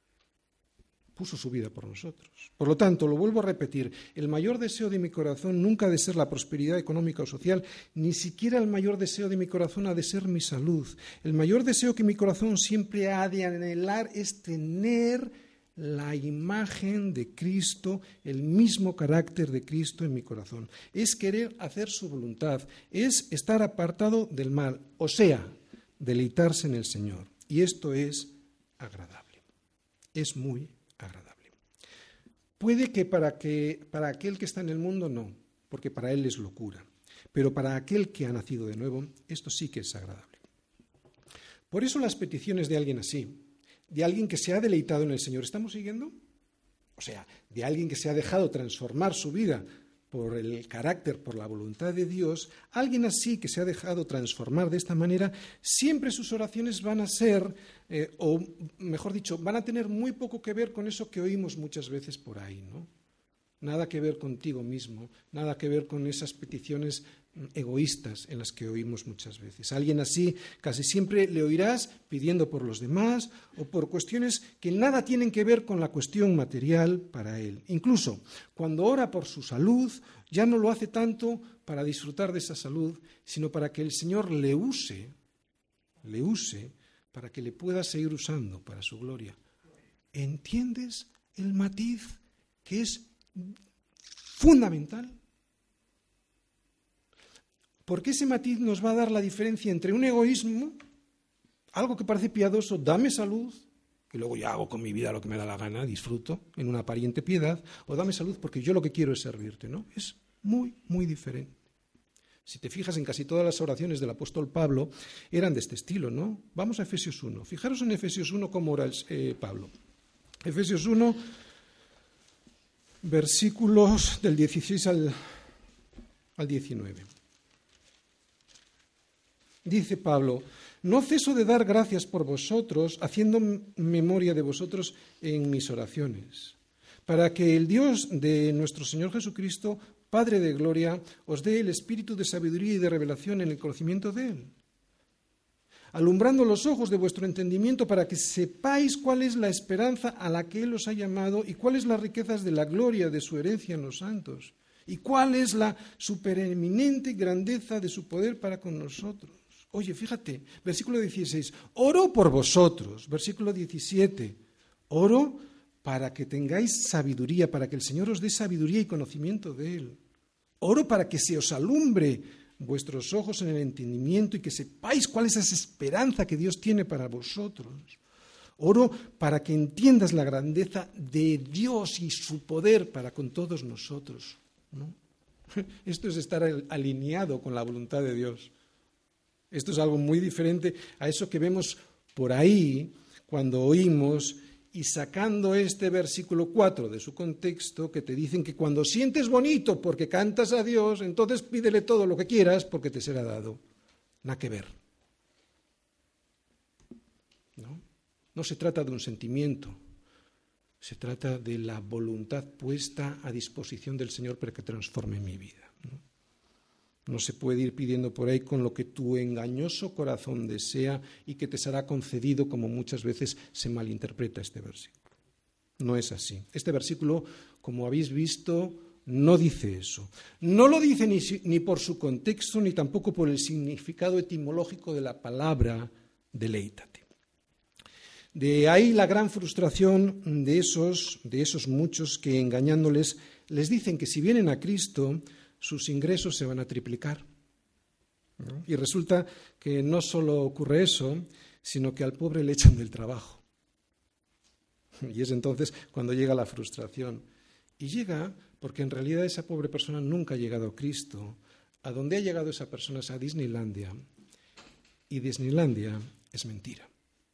Puso su vida por nosotros. Por lo tanto, lo vuelvo a repetir, el mayor deseo de mi corazón nunca ha de ser la prosperidad económica o social, ni siquiera el mayor deseo de mi corazón ha de ser mi salud. El mayor deseo que mi corazón siempre ha de anhelar es tener la imagen de Cristo, el mismo carácter de Cristo en mi corazón. Es querer hacer su voluntad, es estar apartado del mal, o sea, deleitarse en el Señor. Y esto es agradable, es muy agradable. Puede que para, que para aquel que está en el mundo no, porque para él es locura, pero para aquel que ha nacido de nuevo, esto sí que es agradable. Por eso las peticiones de alguien así, de alguien que se ha deleitado en el Señor, ¿estamos siguiendo? O sea, de alguien que se ha dejado transformar su vida por el carácter, por la voluntad de Dios, alguien así que se ha dejado transformar de esta manera, siempre sus oraciones van a ser, eh, o mejor dicho, van a tener muy poco que ver con eso que oímos muchas veces por ahí, ¿no? Nada que ver contigo mismo, nada que ver con esas peticiones egoístas en las que oímos muchas veces. Alguien así casi siempre le oirás pidiendo por los demás o por cuestiones que nada tienen que ver con la cuestión material para él. Incluso cuando ora por su salud, ya no lo hace tanto para disfrutar de esa salud, sino para que el Señor le use, le use para que le pueda seguir usando para su gloria. ¿Entiendes el matiz que es fundamental? Porque ese matiz nos va a dar la diferencia entre un egoísmo, algo que parece piadoso, dame salud, y luego ya hago con mi vida lo que me da la gana, disfruto en una aparente piedad, o dame salud porque yo lo que quiero es servirte, ¿no? Es muy, muy diferente. Si te fijas en casi todas las oraciones del apóstol Pablo, eran de este estilo, ¿no? Vamos a Efesios uno. Fijaros en Efesios uno cómo ora el, eh, Pablo. Efesios uno, versículos del dieciséis al, al diecinueve. Dice Pablo, no ceso de dar gracias por vosotros, haciendo memoria de vosotros en mis oraciones, para que el Dios de nuestro Señor Jesucristo, Padre de gloria, os dé el espíritu de sabiduría y de revelación en el conocimiento de Él, alumbrando los ojos de vuestro entendimiento para que sepáis cuál es la esperanza a la que Él os ha llamado y cuáles las riquezas de la gloria de su herencia en los santos y cuál es la supereminente grandeza de su poder para con nosotros. Oye, fíjate, versículo dieciséis, oro por vosotros, versículo diecisiete, oro para que tengáis sabiduría, para que el Señor os dé sabiduría y conocimiento de Él. Oro para que se os alumbre vuestros ojos en el entendimiento y que sepáis cuál es esa esperanza que Dios tiene para vosotros. Oro para que entiendas la grandeza de Dios y su poder para con todos nosotros, ¿no? Esto es estar alineado con la voluntad de Dios. Esto es algo muy diferente a eso que vemos por ahí cuando oímos y sacando este versículo cuatro de su contexto, que te dicen que cuando sientes bonito porque cantas a Dios, entonces pídele todo lo que quieras porque te será dado. Nada que ver. ¿No? No se trata de un sentimiento, se trata de la voluntad puesta a disposición del Señor para que transforme mi vida. ¿No? No se puede ir pidiendo por ahí con lo que tu engañoso corazón desea y que te será concedido, como muchas veces se malinterpreta este versículo. No es así. Este versículo, como habéis visto, no dice eso. No lo dice ni, ni por su contexto, ni tampoco por el significado etimológico de la palabra deleítate. De ahí la gran frustración de esos, de esos muchos que, engañándoles, les dicen que si vienen a Cristo, sus ingresos se van a triplicar. ¿No? Y resulta que no solo ocurre eso, sino que al pobre le echan del trabajo. Y es entonces cuando llega la frustración. Y llega porque en realidad esa pobre persona nunca ha llegado a Cristo. A donde ha llegado esa persona es a Disneylandia. Y Disneylandia es mentira.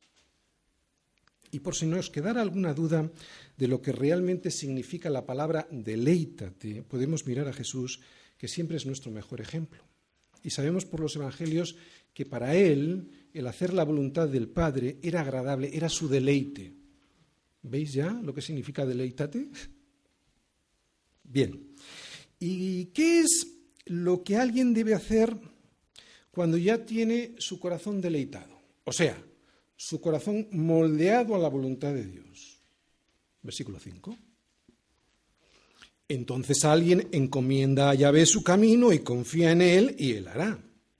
Y por si nos quedara alguna duda de lo que realmente significa la palabra deleítate, podemos mirar a Jesús, que siempre es nuestro mejor ejemplo. Y sabemos por los evangelios que para él el hacer la voluntad del Padre era agradable, era su deleite. ¿Veis ya lo que significa deleítate? Bien. ¿Y qué es lo que alguien debe hacer cuando ya tiene su corazón deleitado? O sea, su corazón moldeado a la voluntad de Dios. Versículo cinco. Entonces alguien encomienda a Yahvé su camino y confía en él y él hará.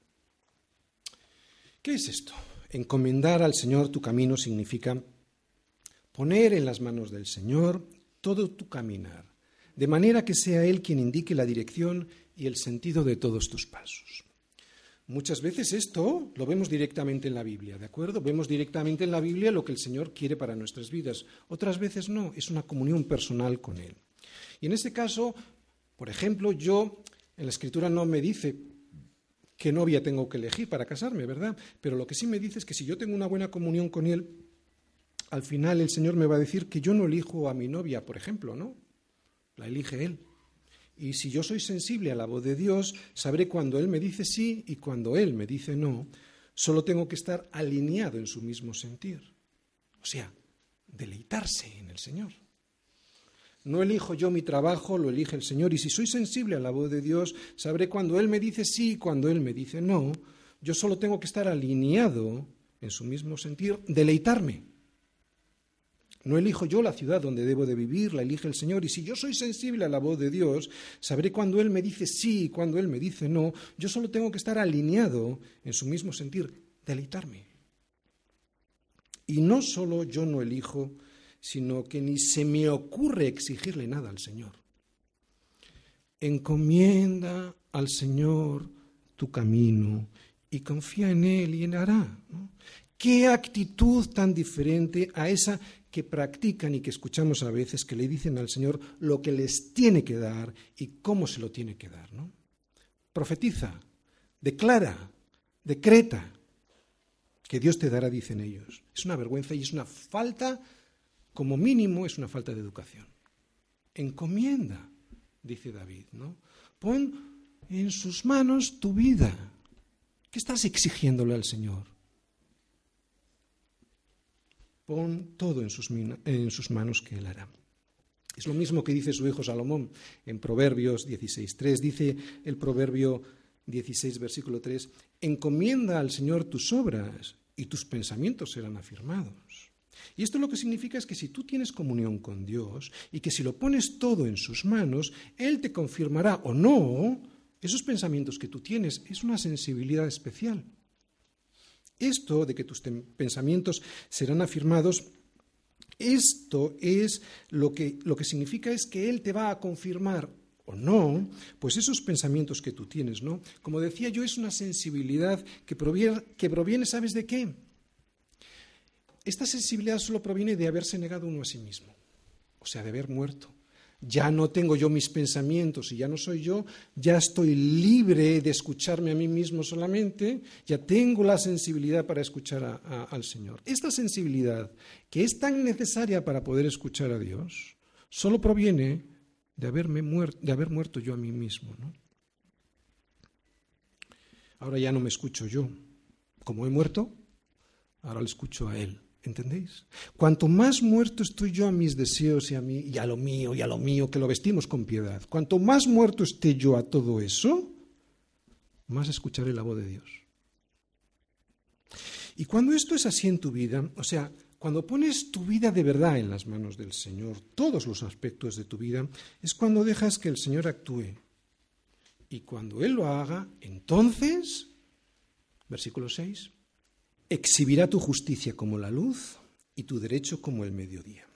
¿Qué es esto? Encomendar al Señor tu camino significa poner en las manos del Señor todo tu caminar, de manera que sea Él quien indique la dirección y el sentido de todos tus pasos. Muchas veces esto lo vemos directamente en la Biblia, ¿de acuerdo? Vemos directamente en la Biblia lo que el Señor quiere para nuestras vidas. Otras veces no, es una comunión personal con Él. Y en este caso, por ejemplo, yo, en la Escritura no me dice qué novia tengo que elegir para casarme, ¿verdad? Pero lo que sí me dice es que si yo tengo una buena comunión con Él, al final el Señor me va a decir que yo no elijo a mi novia, por ejemplo, ¿no? La elige Él. Y si yo soy sensible a la voz de Dios, sabré cuando Él me dice sí y cuando Él me dice no. Solo tengo que estar alineado en su mismo sentir. O sea, deleitarse en el Señor. No elijo yo mi trabajo, lo elige el Señor. Y si soy sensible a la voz de Dios, sabré cuando Él me dice sí y cuando Él me dice no. Yo solo tengo que estar alineado en su mismo sentir, deleitarme. No elijo yo la ciudad donde debo de vivir, la elige el Señor. Y si yo soy sensible a la voz de Dios, sabré cuando Él me dice sí y cuando Él me dice no. Yo solo tengo que estar alineado en su mismo sentir, deleitarme. Y no solo yo no elijo, sino que ni se me ocurre exigirle nada al Señor. Encomienda al Señor tu camino y confía en Él y Él hará, ¿no? ¿Qué actitud tan diferente a esa que practican y que escuchamos a veces, que le dicen al Señor lo que les tiene que dar y cómo se lo tiene que dar, ¿no? Profetiza, declara, decreta que Dios te dará, dicen ellos. Es una vergüenza y es una falta, como mínimo, es una falta de educación. Encomienda, dice David, ¿no? Pon en sus manos tu vida. ¿Qué estás exigiéndole al Señor? Pon todo en sus, en sus manos que Él hará. Es lo mismo que dice su hijo Salomón en Proverbios dieciséis tres. Dice el Proverbio dieciséis, versículo tres, encomienda al Señor tus obras y tus pensamientos serán afirmados. Y esto lo que significa es que si tú tienes comunión con Dios y que si lo pones todo en sus manos, Él te confirmará o no esos pensamientos que tú tienes. Es una sensibilidad especial. Esto de que tus pensamientos serán afirmados, esto es lo que, lo que significa es que Él te va a confirmar o no, pues esos pensamientos que tú tienes, ¿no? Como decía yo, es una sensibilidad que proviene, que proviene, ¿sabes de qué? Esta sensibilidad solo proviene de haberse negado uno a sí mismo, o sea, de haber muerto, ya no tengo yo mis pensamientos y ya no soy yo, ya estoy libre de escucharme a mí mismo solamente, ya tengo la sensibilidad para escuchar a, a, al Señor. Esta sensibilidad, que es tan necesaria para poder escuchar a Dios, solo proviene de, haberme muer- de haber muerto yo a mí mismo, ¿no? Ahora ya no me escucho yo. Como he muerto, ahora le escucho a Él. ¿Entendéis? Cuanto más muerto estoy yo a mis deseos y a, mí, y a lo mío, y a lo mío, que lo vestimos con piedad, cuanto más muerto esté yo a todo eso, más escucharé la voz de Dios. Y cuando esto es así en tu vida, o sea, cuando pones tu vida de verdad en las manos del Señor, todos los aspectos de tu vida, es cuando dejas que el Señor actúe. Y cuando Él lo haga, entonces, versículo seis, exhibirá tu justicia como la luz y tu derecho como el mediodía.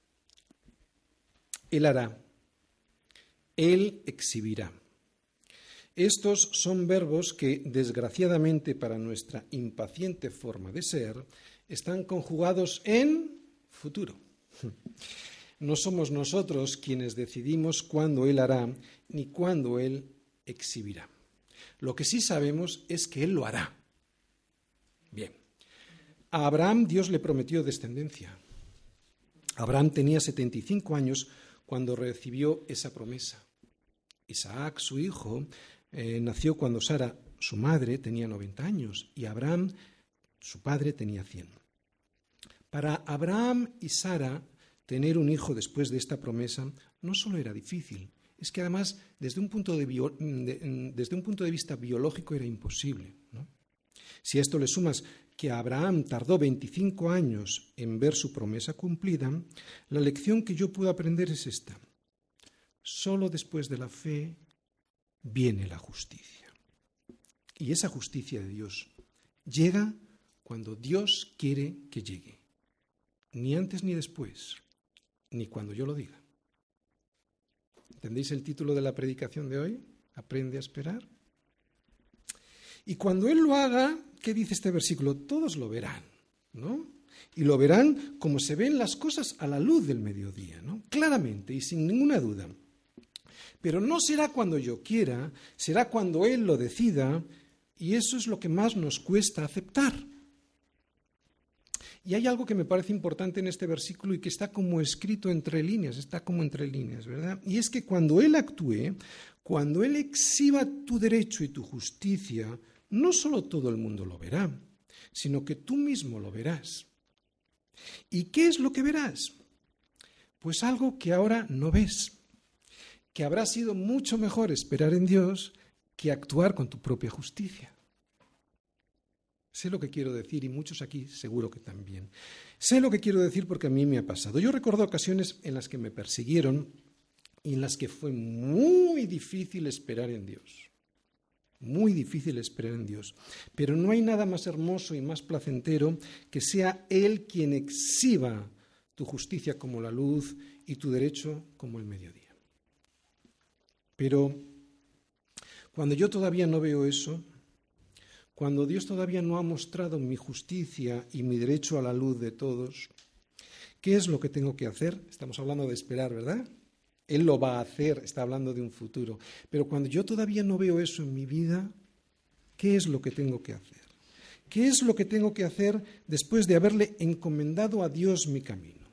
Él hará, Él exhibirá. Estos son verbos que, desgraciadamente para nuestra impaciente forma de ser, están conjugados en futuro. No somos nosotros quienes decidimos cuándo Él hará ni cuándo Él exhibirá. Lo que sí sabemos es que Él lo hará. Bien. A Abraham Dios le prometió descendencia. Abraham tenía setenta y cinco años cuando recibió esa promesa. Isaac, su hijo, eh, nació cuando Sara, su madre, tenía noventa años y Abraham, su padre, tenía cien. Para Abraham y Sara, tener un hijo después de esta promesa no solo era difícil, es que además desde un punto de, bio, de, desde un punto de vista biológico era imposible, ¿no? Si a esto le sumas que Abraham tardó veinticinco años en ver su promesa cumplida, la lección que yo puedo aprender es esta. Solo después de la fe viene la justicia. Y esa justicia de Dios llega cuando Dios quiere que llegue. Ni antes ni después, ni cuando yo lo diga. ¿Entendéis el título de la predicación de hoy? Aprende a esperar. Y cuando Él lo haga, ¿qué dice este versículo? Todos lo verán, ¿no? Y lo verán como se ven las cosas a la luz del mediodía, ¿no? Claramente y sin ninguna duda. Pero no será cuando yo quiera, será cuando Él lo decida, y eso es lo que más nos cuesta aceptar. Y hay algo que me parece importante en este versículo y que está como escrito entre líneas, está como entre líneas, ¿verdad? Y es que cuando Él actúe, cuando Él exhiba tu derecho y tu justicia, no solo todo el mundo lo verá, sino que tú mismo lo verás. ¿Y qué es lo que verás? Pues algo que ahora no ves, que habrá sido mucho mejor esperar en Dios que actuar con tu propia justicia. Sé lo que quiero decir y muchos aquí seguro que también. Sé lo que quiero decir porque a mí me ha pasado. Yo recuerdo ocasiones en las que me persiguieron y en las que fue muy difícil esperar en Dios. Muy difícil esperar en Dios. Pero no hay nada más hermoso y más placentero que sea Él quien exhiba tu justicia como la luz y tu derecho como el mediodía. Pero cuando yo todavía no veo eso, cuando Dios todavía no ha mostrado mi justicia y mi derecho a la luz de todos, ¿qué es lo que tengo que hacer? Estamos hablando de esperar, ¿verdad? Él lo va a hacer, está hablando de un futuro. Pero cuando yo todavía no veo eso en mi vida, ¿qué es lo que tengo que hacer? ¿Qué es lo que tengo que hacer después de haberle encomendado a Dios mi camino?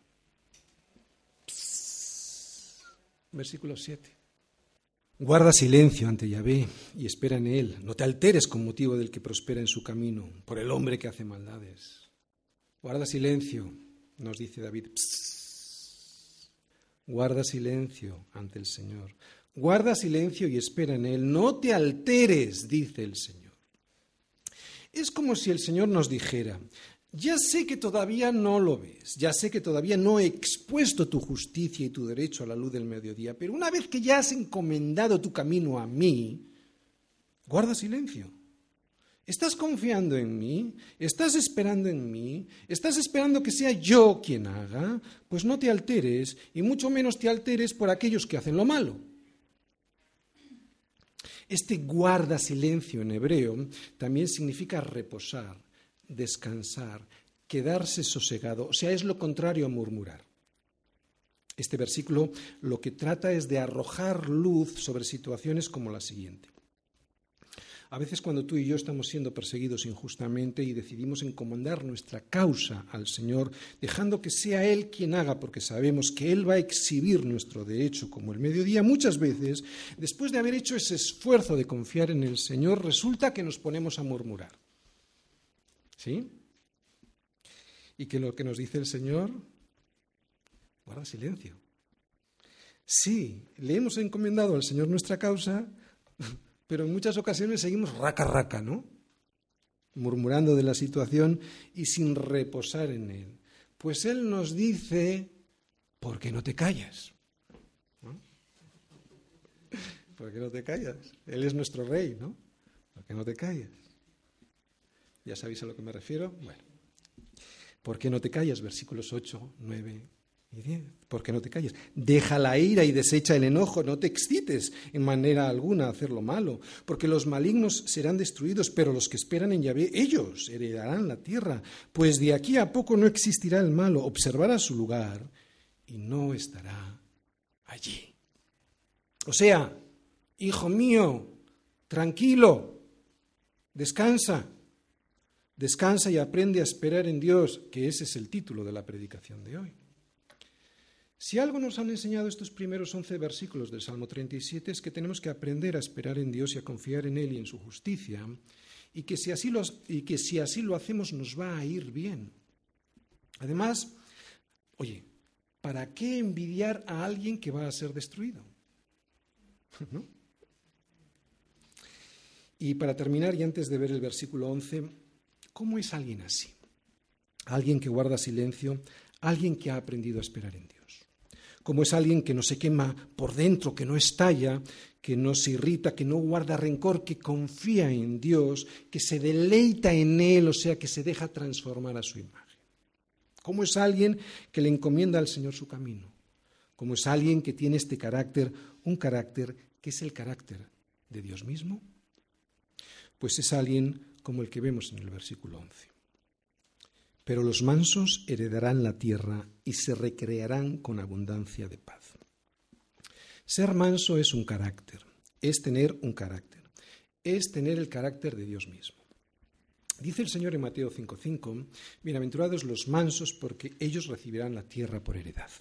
Psss. Versículo siete. Guarda silencio ante Yahvé y espera en Él. No te alteres con motivo del que prospera en su camino, por el hombre que hace maldades. Guarda silencio, nos dice David. Psss. Guarda silencio ante el Señor. Guarda silencio y espera en Él. No te alteres, dice el Señor. Es como si el Señor nos dijera, ya sé que todavía no lo ves, ya sé que todavía no he expuesto tu justicia y tu derecho a la luz del mediodía, pero una vez que ya has encomendado tu camino a mí, guarda silencio. ¿Estás confiando en mí? ¿Estás esperando en mí? ¿Estás esperando que sea yo quien haga? Pues no te alteres, y mucho menos te alteres por aquellos que hacen lo malo. Este guarda silencio en hebreo también significa reposar, descansar, quedarse sosegado, o sea, es lo contrario a murmurar. Este versículo lo que trata es de arrojar luz sobre situaciones como la siguiente. A veces cuando tú y yo estamos siendo perseguidos injustamente y decidimos encomendar nuestra causa al Señor, dejando que sea Él quien haga, porque sabemos que Él va a exhibir nuestro derecho como el mediodía, muchas veces, después de haber hecho ese esfuerzo de confiar en el Señor, resulta que nos ponemos a murmurar. ¿Sí? Y que lo que nos dice el Señor, guarda silencio. Sí, le hemos encomendado al Señor nuestra causa, pero en muchas ocasiones seguimos raca raca, ¿no? Murmurando de la situación y sin reposar en Él. Pues Él nos dice, ¿por qué no te callas? ¿No? ¿Por qué no te callas? Él es nuestro rey, ¿no? ¿Por qué no te callas? ¿Ya sabéis a lo que me refiero? Bueno. ¿Por qué no te callas? Versículos ocho, nueve y diez. ¿Por qué no te callas? Deja la ira y desecha el enojo, no te excites en manera alguna a hacer lo malo, porque los malignos serán destruidos, pero los que esperan en Yahvé, ellos heredarán la tierra, pues de aquí a poco no existirá el malo, observará su lugar y no estará allí. O sea, hijo mío, tranquilo, descansa. Descansa y aprende a esperar en Dios, que ese es el título de la predicación de hoy. Si algo nos han enseñado estos primeros once versículos del Salmo treinta y siete es que tenemos que aprender a esperar en Dios y a confiar en Él y en su justicia, y que si así lo, y que si así lo hacemos nos va a ir bien. Además, oye, ¿para qué envidiar a alguien que va a ser destruido? ¿No? Y para terminar, y antes de ver el versículo once, ¿cómo es alguien así? Alguien que guarda silencio, alguien que ha aprendido a esperar en Dios. ¿Cómo es alguien que no se quema por dentro, que no estalla, que no se irrita, que no guarda rencor, que confía en Dios, que se deleita en Él, o sea, que se deja transformar a su imagen? ¿Cómo es alguien que le encomienda al Señor su camino? ¿Cómo es alguien que tiene este carácter, un carácter que es el carácter de Dios mismo? Pues es alguien como el que vemos en el versículo once. Pero los mansos heredarán la tierra y se recrearán con abundancia de paz. Ser manso es un carácter, es tener un carácter, es tener el carácter de Dios mismo. Dice el Señor en Mateo cinco cinco, bienaventurados los mansos porque ellos recibirán la tierra por heredad.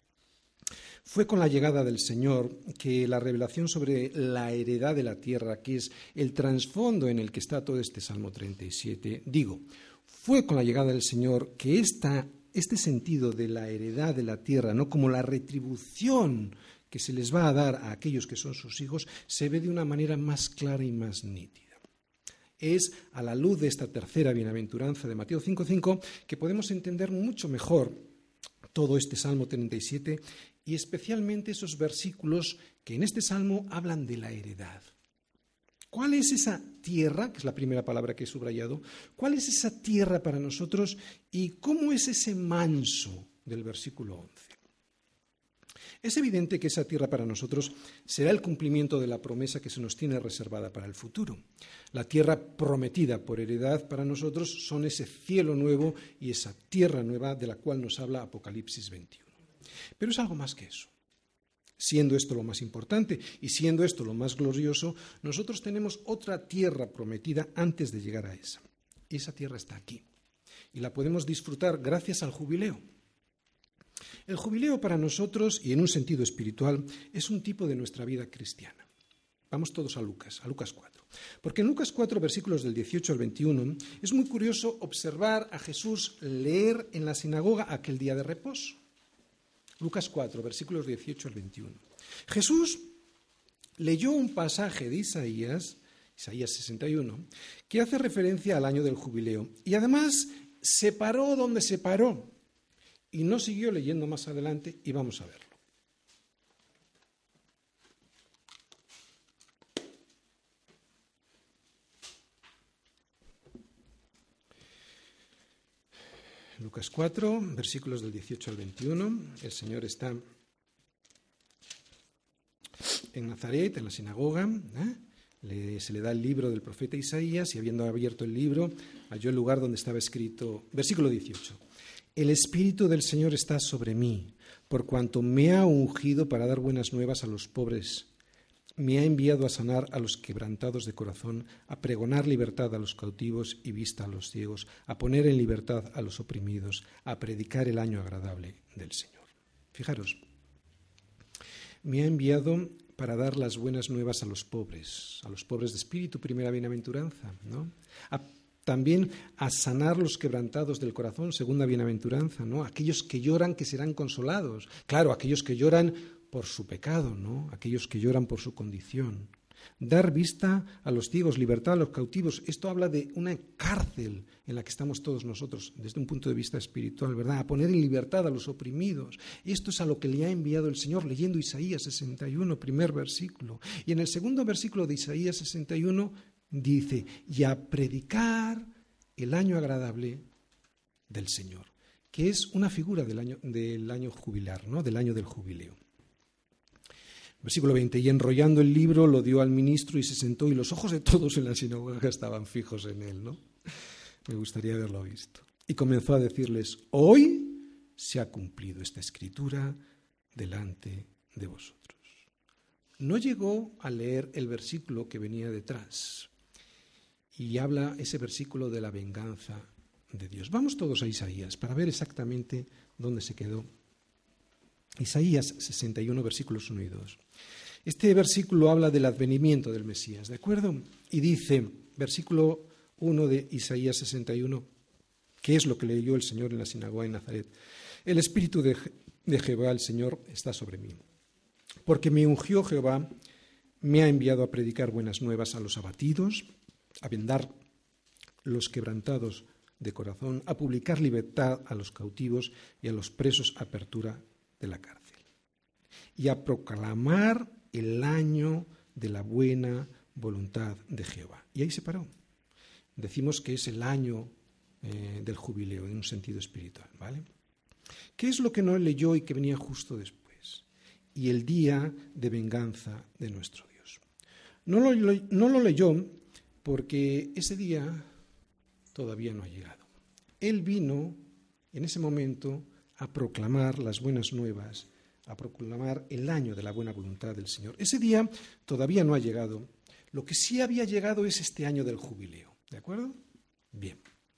Fue con la llegada del Señor que la revelación sobre la heredad de la tierra, que es el trasfondo en el que está todo este Salmo treinta y siete, digo, fue con la llegada del Señor que esta, este sentido de la heredad de la tierra, no como la retribución que se les va a dar a aquellos que son sus hijos, se ve de una manera más clara y más nítida. Es a la luz de esta tercera bienaventuranza de Mateo cinco cinco que podemos entender mucho mejor todo este Salmo treinta y siete y especialmente esos versículos que en este Salmo hablan de la heredad. ¿Cuál es esa tierra, que es la primera palabra que he subrayado? ¿Cuál es esa tierra para nosotros y cómo es ese manso del versículo once? Es evidente que esa tierra para nosotros será el cumplimiento de la promesa que se nos tiene reservada para el futuro. La tierra prometida por heredad para nosotros son ese cielo nuevo y esa tierra nueva de la cual nos habla Apocalipsis veintiuno. Pero es algo más que eso. Siendo esto lo más importante y siendo esto lo más glorioso, nosotros tenemos otra tierra prometida antes de llegar a esa. Y esa tierra está aquí. Y la podemos disfrutar gracias al jubileo. El jubileo para nosotros, y en un sentido espiritual, es un tipo de nuestra vida cristiana. Vamos todos a Lucas, a Lucas cuatro. Porque en Lucas cuatro, versículos del dieciocho al veintiuno, es muy curioso observar a Jesús leer en la sinagoga aquel día de reposo. Lucas cuatro, versículos dieciocho al veintiuno. Jesús leyó un pasaje de Isaías, Isaías sesenta y uno, que hace referencia al año del jubileo. Y además se paró donde se paró y no siguió leyendo más adelante y vamos a verlo. Lucas cuatro, versículos del dieciocho al veintiuno. El Señor está en Nazaret, en la sinagoga. ¿eh? Le, se le da el libro del profeta Isaías y habiendo abierto el libro, halló el lugar donde estaba escrito, versículo dieciocho. El Espíritu del Señor está sobre mí, por cuanto me ha ungido para dar buenas nuevas a los pobres. Me ha enviado a sanar a los quebrantados de corazón, a pregonar libertad a los cautivos y vista a los ciegos, a poner en libertad a los oprimidos, a predicar el año agradable del Señor. Fijaros, me ha enviado para dar las buenas nuevas a los pobres, a los pobres de espíritu, primera bienaventuranza, ¿no? A, también a sanar los quebrantados del corazón, segunda bienaventuranza, ¿no? Aquellos que lloran que serán consolados. Claro, aquellos que lloran por su pecado, ¿no? Aquellos que lloran por su condición. Dar vista a los ciegos, libertad a los cautivos. Esto habla de una cárcel en la que estamos todos nosotros desde un punto de vista espiritual, ¿verdad? A poner en libertad a los oprimidos. Esto es a lo que le ha enviado el Señor, leyendo Isaías sesenta y uno, primer versículo. Y en el segundo versículo de Isaías sesenta y uno dice, y a predicar el año agradable del Señor, que es una figura del año, del año jubilar, ¿no? Del año del jubileo. Versículo veinte, y enrollando el libro lo dio al ministro y se sentó y los ojos de todos en la sinagoga estaban fijos en él, ¿no? Me gustaría haberlo visto. Y comenzó a decirles, hoy se ha cumplido esta escritura delante de vosotros. No llegó a leer el versículo que venía detrás y habla ese versículo de la venganza de Dios. Vamos todos a Isaías para ver exactamente dónde se quedó. Isaías sesenta y uno, versículos uno y dos. Este versículo habla del advenimiento del Mesías, ¿de acuerdo? Y dice, versículo uno de Isaías sesenta y uno, que es lo que leyó el Señor en la sinagoga en Nazaret. El Espíritu de, de Jehová, el Señor, está sobre mí, porque me ungió Jehová, me ha enviado a predicar buenas nuevas a los abatidos, a vendar los quebrantados de corazón, a publicar libertad a los cautivos y a los presos apertura de la cárcel, y a proclamar el año de la buena voluntad de Jehová. Y ahí se paró. Decimos que es el año eh, del jubileo, en un sentido espiritual, ¿vale? ¿Qué es lo que no leyó y que venía justo después? Y el día de venganza de nuestro Dios. No lo, no lo leyó porque ese día todavía no ha llegado. Él vino en ese momento a proclamar las buenas nuevas, a proclamar el año de la buena voluntad del Señor. Ese día todavía no ha llegado. Lo que sí había llegado es este año del jubileo. ¿De acuerdo? Bien.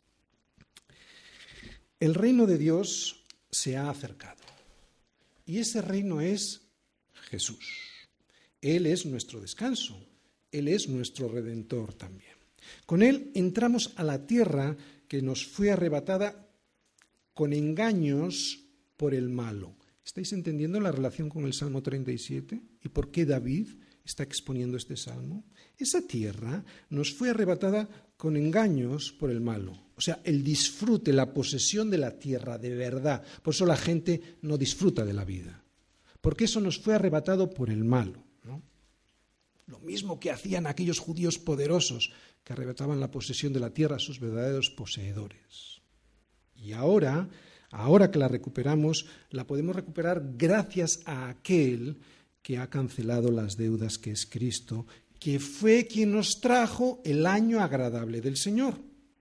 El reino de Dios se ha acercado. Y ese reino es Jesús. Él es nuestro descanso. Él es nuestro Redentor también. Con Él entramos a la tierra que nos fue arrebatada con engaños por el malo. ¿Estáis entendiendo la relación con el Salmo treinta y siete? ¿Y por qué David está exponiendo este salmo? Esa tierra nos fue arrebatada con engaños por el malo. O sea, el disfrute, la posesión de la tierra, de verdad. Por eso la gente no disfruta de la vida. Porque eso nos fue arrebatado por el malo, ¿no? Lo mismo que hacían aquellos judíos poderosos que arrebataban la posesión de la tierra a sus verdaderos poseedores. Y ahora, ahora que la recuperamos, la podemos recuperar gracias a aquel que ha cancelado las deudas, que es Cristo, que fue quien nos trajo el año agradable del Señor.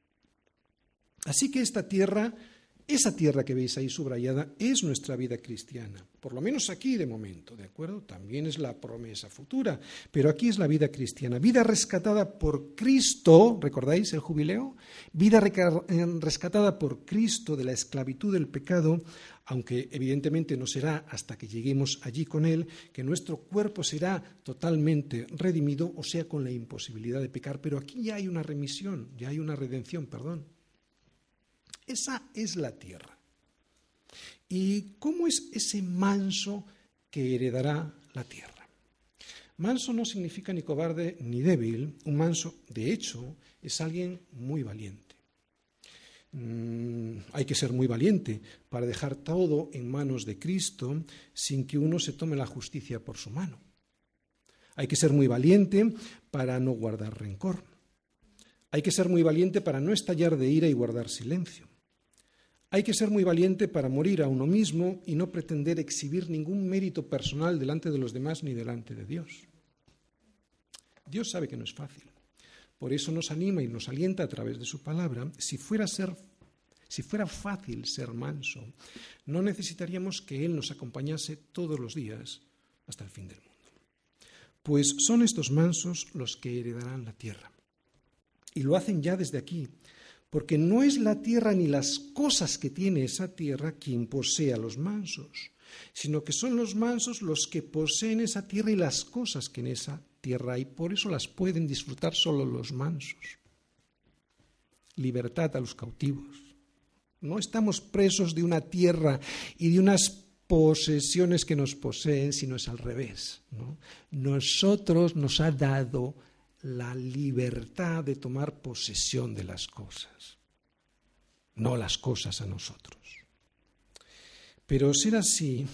Así que esta tierra, esa tierra que veis ahí subrayada, es nuestra vida cristiana. Por lo menos aquí de momento, ¿de acuerdo? También es la promesa futura, pero aquí es la vida cristiana. Vida rescatada por Cristo, ¿recordáis el jubileo? Vida rescatada por Cristo de la esclavitud del pecado, aunque evidentemente no será hasta que lleguemos allí con Él, que nuestro cuerpo será totalmente redimido, o sea, con la imposibilidad de pecar. Pero aquí ya hay una remisión, ya hay una redención, perdón. Esa es la tierra. ¿Y cómo es ese manso que heredará la tierra? Manso no significa ni cobarde ni débil. Un manso, de hecho, es alguien muy valiente. Mm, hay que ser muy valiente para dejar todo en manos de Cristo sin que uno se tome la justicia por su mano. Hay que ser muy valiente para no guardar rencor. Hay que ser muy valiente para no estallar de ira y guardar silencio. Hay que ser muy valiente para morir a uno mismo y no pretender exhibir ningún mérito personal delante de los demás ni delante de Dios. Dios sabe que no es fácil. Por eso nos anima y nos alienta a través de su palabra. Si fuera, ser, Si fuera fácil ser manso, no necesitaríamos que Él nos acompañase todos los días hasta el fin del mundo. Pues son estos mansos los que heredarán la tierra. Y lo hacen ya desde aquí, porque no es la tierra ni las cosas que tiene esa tierra quien posee a los mansos, sino que son los mansos los que poseen esa tierra y las cosas que en esa tierra hay. Por eso las pueden disfrutar solo los mansos. Libertad a los cautivos. No estamos presos de una tierra y de unas posesiones que nos poseen, sino es al revés, ¿no? Nosotros nos ha dado la libertad de tomar posesión de las cosas, no las cosas a nosotros. Pero ser así,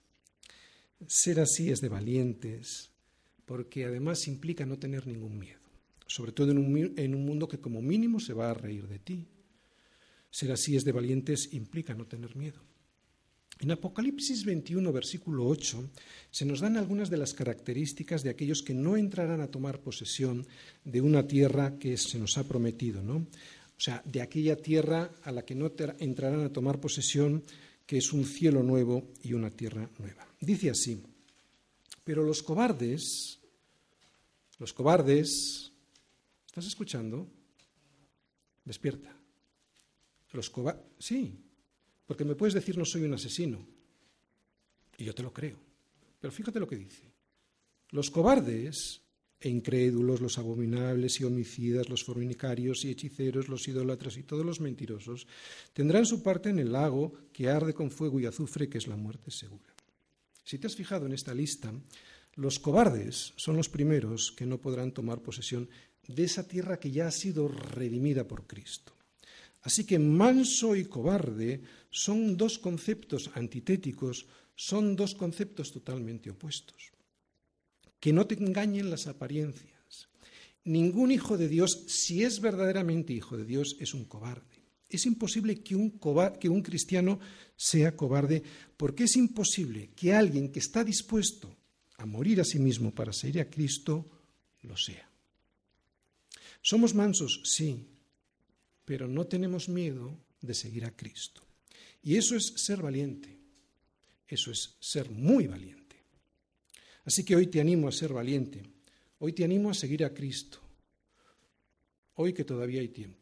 ser así es de valientes, porque además implica no tener ningún miedo, sobre todo en un, en un mundo que como mínimo se va a reír de ti. Ser así es de valientes implica no tener miedo. En Apocalipsis veintiuno, versículo ocho, se nos dan algunas de las características de aquellos que no entrarán a tomar posesión de una tierra que se nos ha prometido, ¿no? O sea, de aquella tierra a la que no entrarán a tomar posesión, que es un cielo nuevo y una tierra nueva. Dice así: pero los cobardes, los cobardes, ¿estás escuchando? Despierta. Los cobardes, sí. Porque me puedes decir no soy un asesino, y yo te lo creo. Pero fíjate lo que dice. Los cobardes e incrédulos, los abominables y homicidas, los fornicarios y hechiceros, los idólatras y todos los mentirosos, tendrán su parte en el lago que arde con fuego y azufre, que es la muerte segura. Si te has fijado en esta lista, los cobardes son los primeros que no podrán tomar posesión de esa tierra que ya ha sido redimida por Cristo. Así que manso y cobarde son dos conceptos antitéticos, son dos conceptos totalmente opuestos. Que no te engañen las apariencias. Ningún hijo de Dios, si es verdaderamente hijo de Dios, es un cobarde. Es imposible que un, cobarde, que un cristiano sea cobarde, porque es imposible que alguien que está dispuesto a morir a sí mismo para seguir a Cristo, lo sea. ¿Somos mansos? Sí. Pero no tenemos miedo de seguir a Cristo. Y eso es ser valiente. Eso es ser muy valiente. Así que hoy te animo a ser valiente. Hoy te animo a seguir a Cristo. Hoy que todavía hay tiempo.